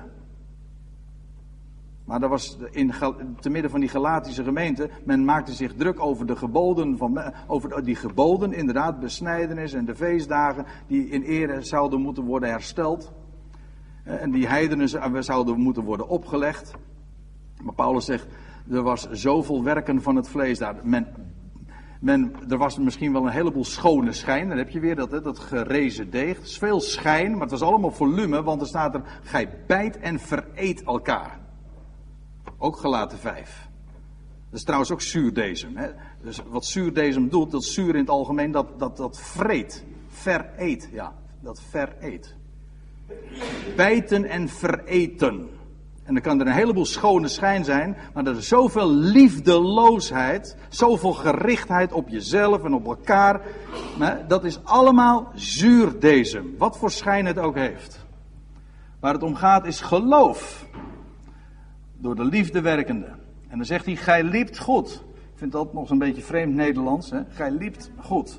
Maar dat was te midden van die Galatische gemeente. Men maakte zich druk over de geboden. Over die geboden, inderdaad, besnijdenis en de feestdagen. Die in ere zouden moeten worden hersteld. En die heidenen zouden moeten worden opgelegd. Maar Paulus zegt, er was zoveel werken van het vlees daar. Er was misschien wel een heleboel schone schijn. Dan heb je weer dat gerezen deeg. Het is veel schijn, maar het was allemaal volume. Want er staat er, gij bijt en vereet elkaar. Ook Galaten 5. Dat is trouwens ook zuurdesem. Hè? Dus wat zuurdesem doet, dat zuur in het algemeen, dat vreet. Vereet, ja. Dat vereet. Bijten en vereten. En dan kan er een heleboel schone schijn zijn, maar er is zoveel liefdeloosheid, zoveel gerichtheid op jezelf en op elkaar. Dat is allemaal zuurdesem, wat voor schijn het ook heeft. Waar het om gaat is geloof. Door de liefde werkende. En dan zegt hij, gij liept goed. Ik vind dat nog zo'n beetje vreemd Nederlands. Hè? Gij liept goed.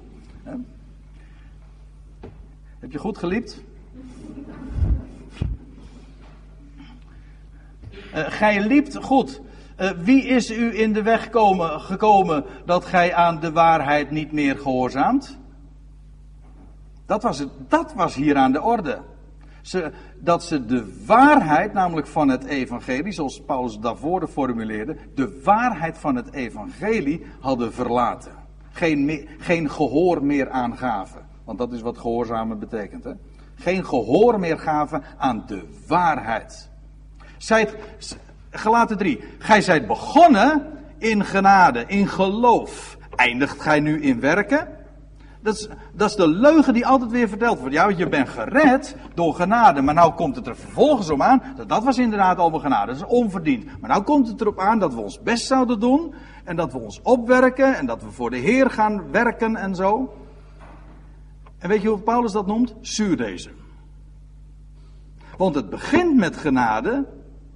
Heb je goed geliept? Gij liept goed. Wie is u in de weg gekomen dat gij aan de waarheid niet meer gehoorzaamt? Dat was hier aan de orde. Dat ze de waarheid, namelijk van het evangelie, zoals Paulus daarvoor formuleerde, de waarheid van het evangelie hadden verlaten. Geen gehoor meer aangaven. Want dat is wat gehoorzamen betekent. Hè? Geen gehoor meer gaven aan de waarheid. Galaten 3. Gij zijt begonnen in genade, in geloof. Eindigt gij nu in werken? Dat is de leugen die altijd weer verteld wordt. Ja, want je bent gered door genade. Maar nou komt het er vervolgens om aan. Dat was inderdaad allemaal genade. Dat is onverdiend. Maar nou komt het erop aan dat we ons best zouden doen. En dat we ons opwerken. En dat we voor de Heer gaan werken en zo. En weet je hoe Paulus dat noemt? Zuurdesem. Want het begint met genade.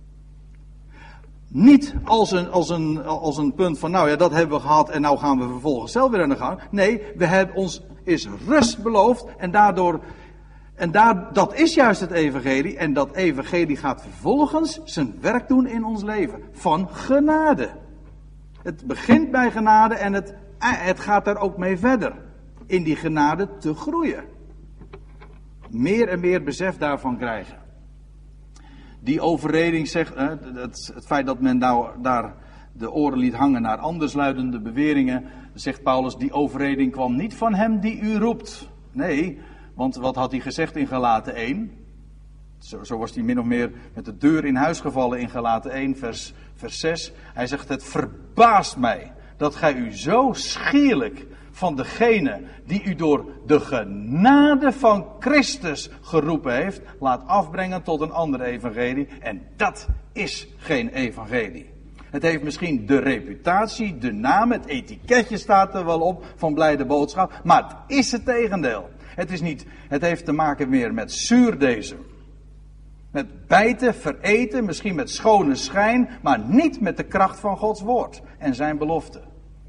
Niet als een punt van, nou ja, dat hebben we gehad en nou gaan we vervolgens zelf weer aan de gang. Nee, ons is rust beloofd en dat is juist het evangelie. En dat evangelie gaat vervolgens zijn werk doen in ons leven. Van genade. Het begint bij genade en het gaat daar ook mee verder. In die genade te groeien. Meer en meer besef daarvan krijgen. Die overreding zegt, het feit dat men nou daar de oren liet hangen naar andersluidende beweringen, zegt Paulus, die overreding kwam niet van hem die u roept. Nee, want wat had hij gezegd in Galaten 1? Zo was hij min of meer met de deur in huis gevallen in Galaten 1 vers 6. Hij zegt, het verbaast mij dat gij u zo schierlijk van degene die u door de genade van Christus geroepen heeft, laat afbrengen tot een ander evangelie. En dat is geen evangelie. Het heeft misschien de reputatie, de naam, het etiketje staat er wel op van blijde boodschap, maar het is het tegendeel. Het heeft te maken meer met zuurdesem. Met bijten, vereten, misschien met schone schijn, maar niet met de kracht van Gods woord en zijn belofte.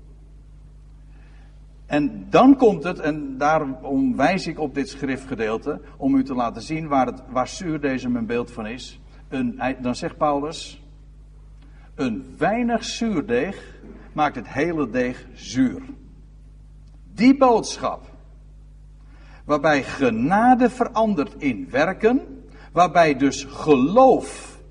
En dan komt het, en daarom wijs ik op dit schriftgedeelte, om u te laten zien waar zuurdesem een beeld van is. Dan zegt Paulus, een weinig zuurdeeg maakt het hele deeg zuur. Die boodschap, waarbij genade verandert in werken, waarbij dus geloof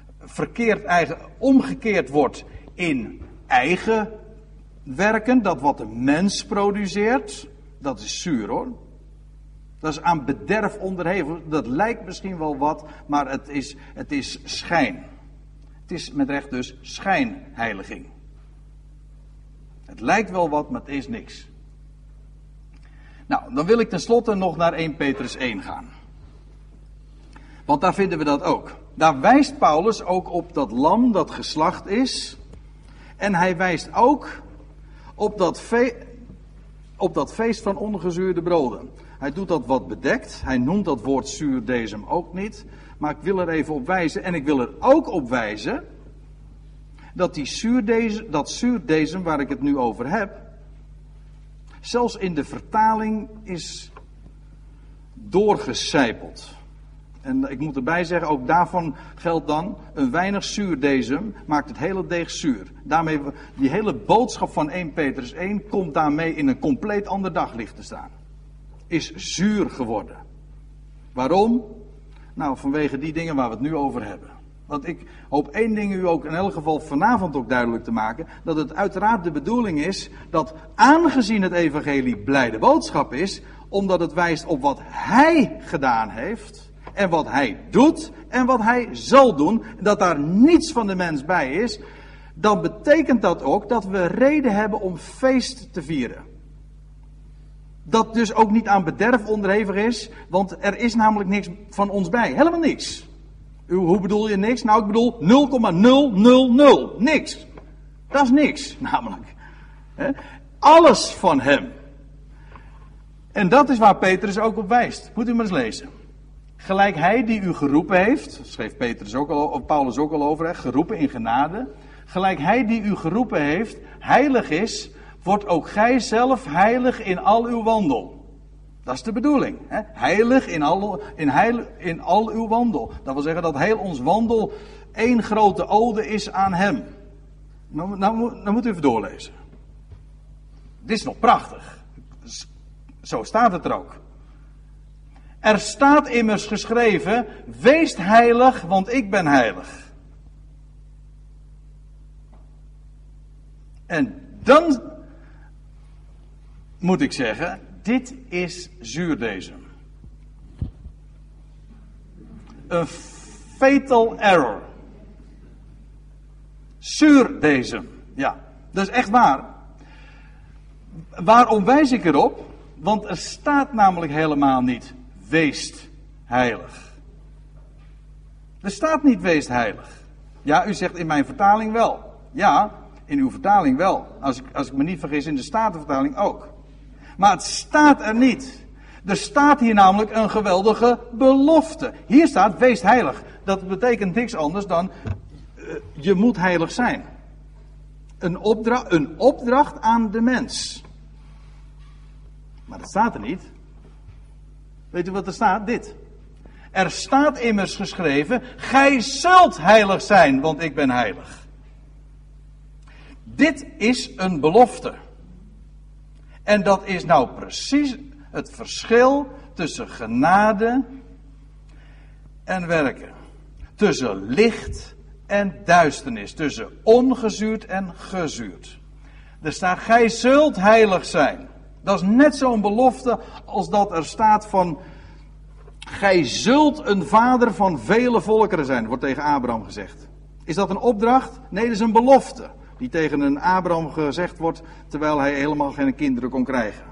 omgekeerd wordt in eigen werken, dat wat de mens produceert, dat is zuur hoor. Dat is aan bederf onderhevig. Dat lijkt misschien wel wat, maar het is schijn. Het is met recht dus schijnheiliging. Het lijkt wel wat, maar het is niks. Nou, dan wil ik tenslotte nog naar 1 Petrus 1 gaan. Want daar vinden we dat ook. Daar wijst Paulus ook op dat lam dat geslacht is. En hij wijst ook op dat feest van ongezuurde broden. Hij doet dat wat bedekt. Hij noemt dat woord zuurdesem ook niet. Maar ik wil er even op wijzen. En ik wil er ook op wijzen dat dat zuurdesem waar ik het nu over heb, zelfs in de vertaling is doorgecijpeld. En ik moet erbij zeggen, ook daarvan geldt dan, een weinig zuurdesem maakt het hele deeg zuur. Daarmee, die hele boodschap van 1 Petrus 1 komt daarmee in een compleet ander daglicht te staan. Is zuur geworden. Waarom? Nou, vanwege die dingen waar we het nu over hebben. Want ik hoop één ding u ook in elk geval vanavond ook duidelijk te maken. Dat het uiteraard de bedoeling is dat aangezien het evangelie blijde boodschap is, omdat het wijst op wat hij gedaan heeft, en wat hij doet en wat hij zal doen, dat daar niets van de mens bij is, dan betekent dat ook dat we reden hebben om feest te vieren. Dat dus ook niet aan bederf onderhevig is, want er is namelijk niks van ons bij. Helemaal niks. Hoe bedoel je niks? Nou, ik bedoel 0,000. Niks. Dat is niks, namelijk. Alles van hem. En dat is waar Petrus ook op wijst. Moet u maar eens lezen. Gelijk hij die u geroepen heeft, schreef Paulus ook al over, geroepen in genade. Gelijk hij die u geroepen heeft, heilig is, wordt ook gij zelf heilig in al uw wandel. Dat is de bedoeling. Hè? Heilig in al uw wandel. Dat wil zeggen dat heel ons wandel één grote ode is aan hem. Nou moet u even doorlezen. Dit is nog prachtig. Zo staat het er ook. Er staat immers geschreven, wees heilig, want ik ben heilig. En dan moet ik zeggen, dit is zuurdesem. Een fatal error. Zuurdesem. Ja, dat is echt waar. Waarom wijs ik erop? Want er staat namelijk helemaal niet, weest heilig. Er staat niet weest heilig. Ja, u zegt in mijn vertaling wel. Ja, in uw vertaling wel. Als ik me niet vergis, in de Statenvertaling ook. Maar het staat er niet. Er staat hier namelijk een geweldige belofte. Hier staat, wees heilig. Dat betekent niks anders dan, je moet heilig zijn. Een opdracht aan de mens. Maar dat staat er niet. Weet u wat er staat? Dit. Er staat immers geschreven, gij zult heilig zijn, want ik ben heilig. Dit is een belofte. En dat is nou precies het verschil tussen genade en werken. Tussen licht en duisternis. Tussen ongezuurd en gezuurd. Er staat, gij zult heilig zijn. Dat is net zo'n belofte als dat er staat van, Gij zult een vader van vele volkeren zijn, wordt tegen Abraham gezegd. Is dat een opdracht? Nee, dat is een belofte. Die tegen een Abraham gezegd wordt, terwijl hij helemaal geen kinderen kon krijgen.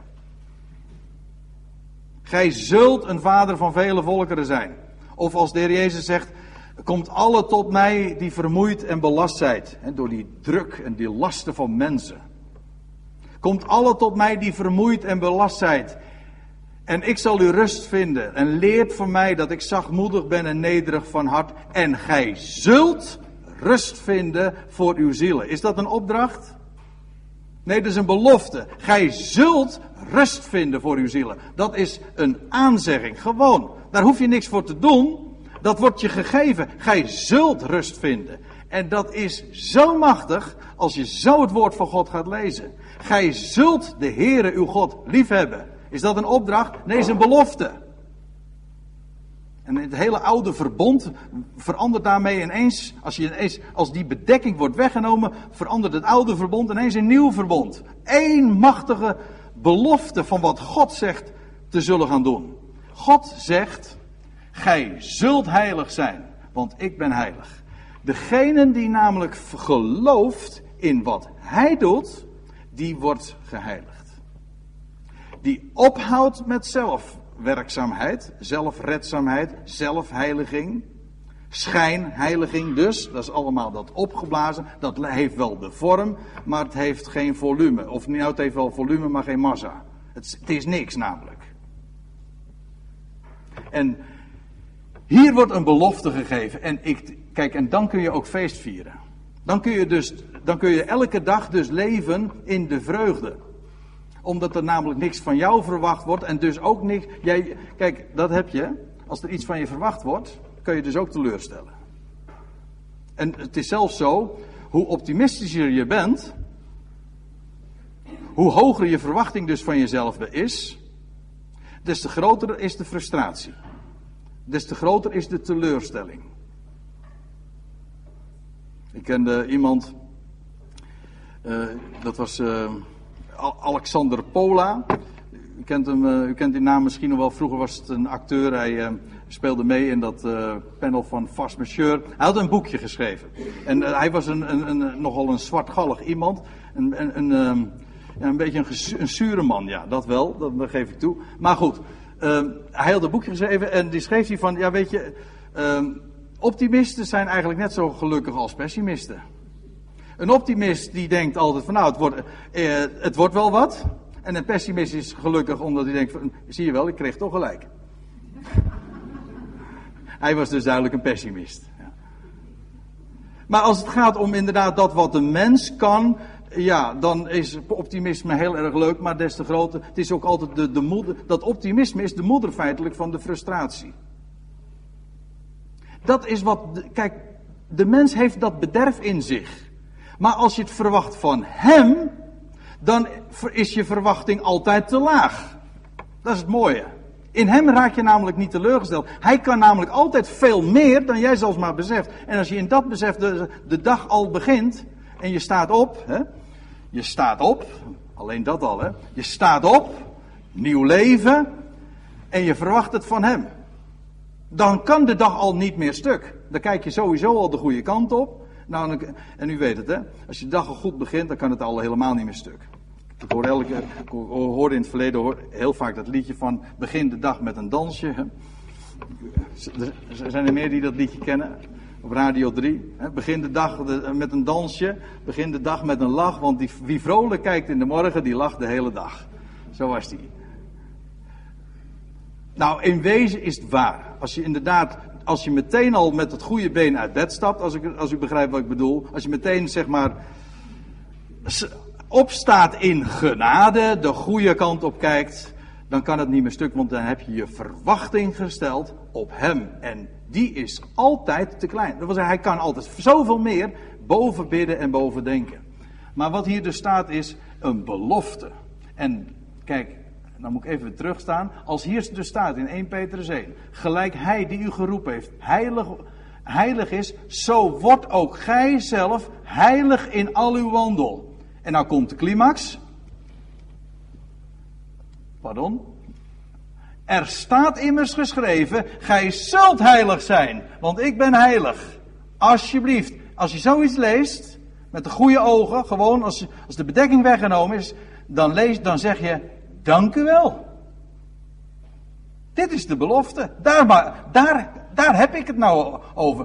Gij zult een vader van vele volkeren zijn. Of als de Heer Jezus zegt, komt alle tot mij die vermoeid en belast zijt. Door die druk en die lasten van mensen. Komt alle tot mij die vermoeid en belast zijt. En ik zal u rust vinden. En leert van mij dat ik zachtmoedig ben en nederig van hart. En gij zult rust vinden voor uw zielen. Is dat een opdracht? Nee, dat is een belofte. Gij zult rust vinden voor uw zielen. Dat is een aanzegging. Gewoon. Daar hoef je niks voor te doen. Dat wordt je gegeven. Gij zult rust vinden. En dat is zo machtig als je zo het woord van God gaat lezen. Gij zult de Heere uw God liefhebben. Is dat een opdracht? Nee, is een belofte. En het hele oude verbond verandert daarmee ineens, als die bedekking wordt weggenomen, verandert het oude verbond ineens een nieuw verbond. Eén machtige belofte van wat God zegt te zullen gaan doen. God zegt, gij zult heilig zijn, want ik ben heilig. Degene die namelijk gelooft in wat hij doet, die wordt geheiligd. Die ophoudt met zelfwerkzaamheid, zelfredzaamheid, zelfheiliging, schijnheiliging dus. Dat is allemaal dat opgeblazen. Dat heeft wel de vorm, maar het heeft geen volume. Of nou, het heeft wel volume, maar geen massa. Het is niks namelijk. En hier wordt een belofte gegeven. En dan kun je ook feest vieren. Dan kun je elke dag dus leven in de vreugde. Omdat er namelijk niks van jou verwacht wordt en dus ook niks. Kijk, dat heb je. Als er iets van je verwacht wordt, kun je dus ook teleurstellen. En het is zelfs zo, hoe optimistischer je bent, hoe hoger je verwachting dus van jezelf is, des te groter is de frustratie. Des te groter is de teleurstelling. Ik kende iemand, dat was Alexander Pola. U kent die naam misschien nog wel. Vroeger was het een acteur. Hij speelde mee in dat panel van Fast Monsieur. Hij had een boekje geschreven. En hij was nogal een zwartgallig iemand. Een beetje een zure man. Ja, dat wel. Dat geef ik toe. Maar goed. Hij had een boekje geschreven. En die schreef hij van, ja weet je, optimisten zijn eigenlijk net zo gelukkig als pessimisten. Een optimist die denkt altijd van nou, het wordt wel wat. En een pessimist is gelukkig omdat hij denkt van, zie je wel, ik kreeg toch gelijk. Hij was dus duidelijk een pessimist. Ja. Maar als het gaat om inderdaad dat wat de mens kan, ja, dan is optimisme heel erg leuk, maar des te groter. Het is ook altijd de moeder, dat optimisme is de moeder feitelijk van de frustratie. Dat is kijk, de mens heeft dat bederf in zich. Maar als je het verwacht van hem, dan is je verwachting altijd te laag. Dat is het mooie. In hem raak je namelijk niet teleurgesteld. Hij kan namelijk altijd veel meer dan jij zelfs maar beseft. En als je in dat besef de dag al begint en je staat op, hè, je staat op, alleen dat al, hè, je staat op, nieuw leven en je verwacht het van hem. Dan kan de dag al niet meer stuk. Dan kijk je sowieso al de goede kant op. Nou, en u weet het, hè. Als je de dag al goed begint, dan kan het al helemaal niet meer stuk. Ik hoorde in het verleden heel vaak dat liedje van begin de dag met een dansje. Hè. Zijn er meer die dat liedje kennen? Op Radio 3. Hè. Begin de dag met een dansje. Begin de dag met een lach. Want wie vrolijk kijkt in de morgen, die lacht de hele dag. Zo was die. Nou, in wezen is het waar. Als je meteen al met het goede been uit bed stapt, als u begrijpt wat ik bedoel. Als je meteen, zeg maar, opstaat in genade, de goede kant op kijkt, dan kan het niet meer stuk, want dan heb je je verwachting gesteld op hem. En die is altijd te klein. Dat wil zeggen, hij kan altijd zoveel meer boven bidden en boven denken. Maar wat hier dus staat is een belofte. En kijk, dan moet ik even terugstaan. Als hier dus staat in 1 Petrus 1. Gelijk hij die u geroepen heeft heilig is, zo wordt ook gij zelf heilig in al uw wandel. En nou komt de climax. Pardon? Er staat immers geschreven, gij zult heilig zijn, want ik ben heilig. Alsjeblieft, als je zoiets leest, met de goede ogen, gewoon als de bedekking weggenomen is, dan zeg je, dank u wel. Dit is de belofte. Daar heb ik het nou over.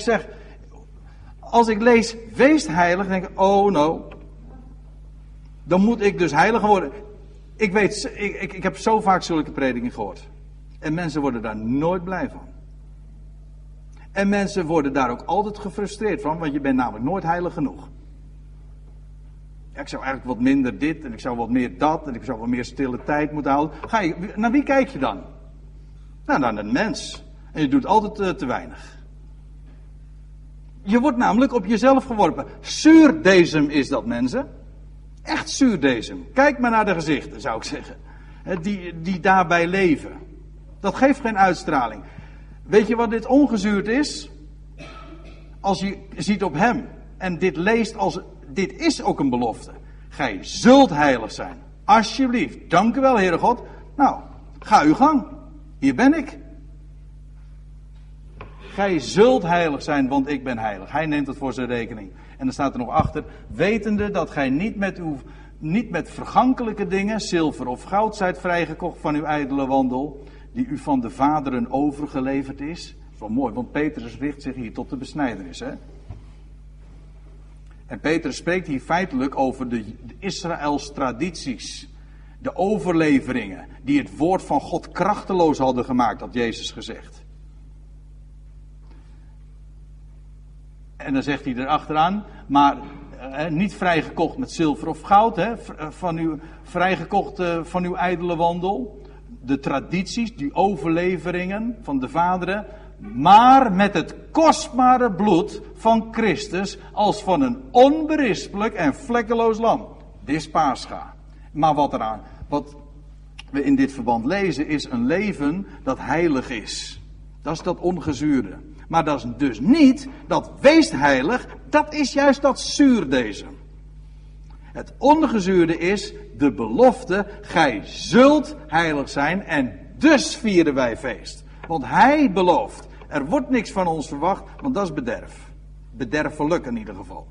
Als ik lees, wees heilig, dan denk ik, oh no. Dan moet ik dus heilig worden. Ik heb zo vaak zulke predikingen gehoord. En mensen worden daar nooit blij van. En mensen worden daar ook altijd gefrustreerd van, want je bent namelijk nooit heilig genoeg. Ja, ik zou eigenlijk wat minder dit, en ik zou wat meer dat, en ik zou wat meer stille tijd moeten houden. Naar wie kijk je dan? Nou, naar een mens. En je doet altijd te weinig. Je wordt namelijk op jezelf geworpen. Zuurdesem is dat, mensen. Echt zuurdesem. Kijk maar naar de gezichten, zou ik zeggen. Die daarbij leven. Dat geeft geen uitstraling. Weet je wat dit ongezuurd is? Als je ziet op hem en dit leest als... Dit is ook een belofte. Gij zult heilig zijn. Alsjeblieft. Dank u wel, Heere God. Nou, ga uw gang. Hier ben ik. Gij zult heilig zijn, want ik ben heilig. Hij neemt het voor zijn rekening. En dan staat er nog achter, wetende dat gij niet met vergankelijke dingen, zilver of goud, zijt vrijgekocht van uw ijdele wandel, die u van de vaderen overgeleverd is. Dat is wel mooi, want Petrus richt zich hier tot de besnijdenis, hè. En Petrus spreekt hier feitelijk over de Israëls tradities. De overleveringen die het woord van God krachteloos hadden gemaakt, had Jezus gezegd. En dan zegt hij erachteraan, maar niet vrijgekocht met zilver of goud, vrijgekocht van uw ijdele wandel. De tradities, die overleveringen van de vaderen, maar met het kostbare bloed van Christus als van een onberispelijk en vlekkeloos lam. Dit is Pascha. Maar wat we in dit verband lezen is een leven dat heilig is. Dat is dat ongezuurde. Maar dat is dus niet dat wees heilig, dat is juist dat zuurdesem. Het ongezuurde is de belofte, gij zult heilig zijn en dus vieren wij feest. Want hij belooft, er wordt niks van ons verwacht, want dat is bederf. Bederfelijk in ieder geval.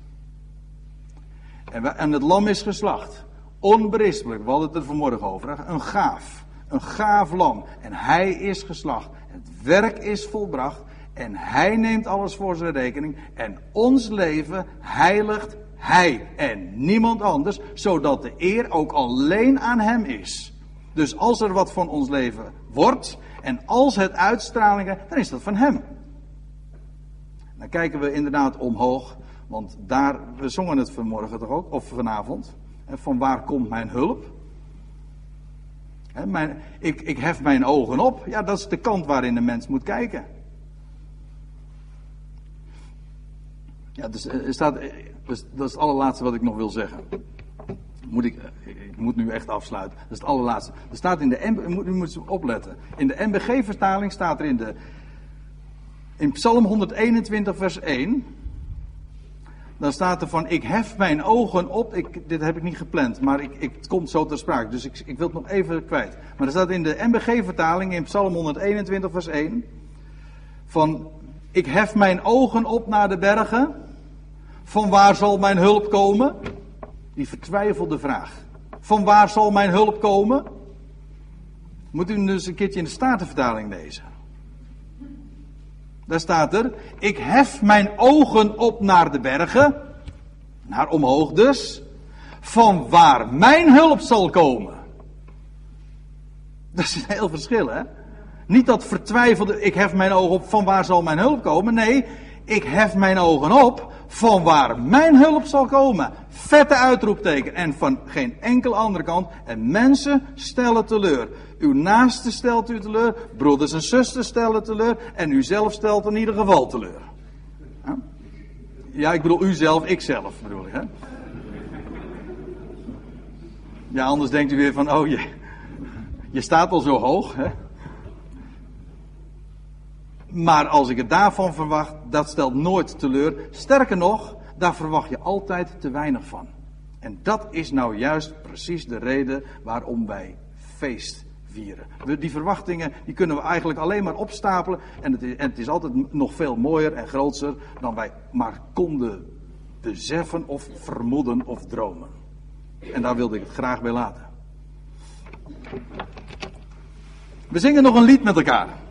En het lam is geslacht. Onberispelijk, we hadden het er vanmorgen over. Een gaaf lam. En hij is geslacht. Het werk is volbracht. En hij neemt alles voor zijn rekening. En ons leven heiligt hij en niemand anders. Zodat de eer ook alleen aan hem is. Dus als er wat van ons leven wordt. En als het uitstraling heeft, dan is dat van hem. Dan kijken we inderdaad omhoog. Want we zongen het vanmorgen toch ook, of vanavond. Van waar komt mijn hulp? Ik hef mijn ogen op. Ja, dat is de kant waarin de mens moet kijken. Ja, dus dat is het allerlaatste wat ik nog wil zeggen. Ik moet nu echt afsluiten. Dat is het allerlaatste. Er staat u moet opletten. In de NBG-vertaling staat er in Psalm 121 vers 1... Dan staat er van, ik hef mijn ogen op. Dit heb ik niet gepland, maar het komt zo ter sprake. Dus ik wil het nog even kwijt. Maar er staat in de NBG-vertaling in Psalm 121 vers 1... Van, ik hef mijn ogen op naar de bergen. Van waar zal mijn hulp komen? Die vertwijfelde vraag. Van waar zal mijn hulp komen? Moet u dus een keertje in de Statenvertaling lezen. Daar staat er, ik hef mijn ogen op naar de bergen, naar omhoog dus, van waar mijn hulp zal komen. Dat is een heel verschil, hè? Niet dat vertwijfelde, ik hef mijn ogen op, van waar zal mijn hulp komen? Nee, ik hef mijn ogen op, van waar mijn hulp zal komen. Vette uitroepteken. En van geen enkele andere kant. En mensen stellen teleur. Uw naaste stelt u teleur. Broeders en zusters stellen teleur. En u zelf stelt in ieder geval teleur. Ja, ik bedoel u zelf, ik zelf bedoel ik. Hè? Ja, anders denkt u weer van, oh je staat al zo hoog. Hè? Maar als ik het daarvan verwacht, dat stelt nooit teleur. Sterker nog, daar verwacht je altijd te weinig van. En dat is nou juist precies de reden waarom wij feest vieren. Die verwachtingen die kunnen we eigenlijk alleen maar opstapelen. En het is altijd nog veel mooier en groter dan wij maar konden beseffen of vermoeden of dromen. En daar wilde ik het graag bij laten. We zingen nog een lied met elkaar.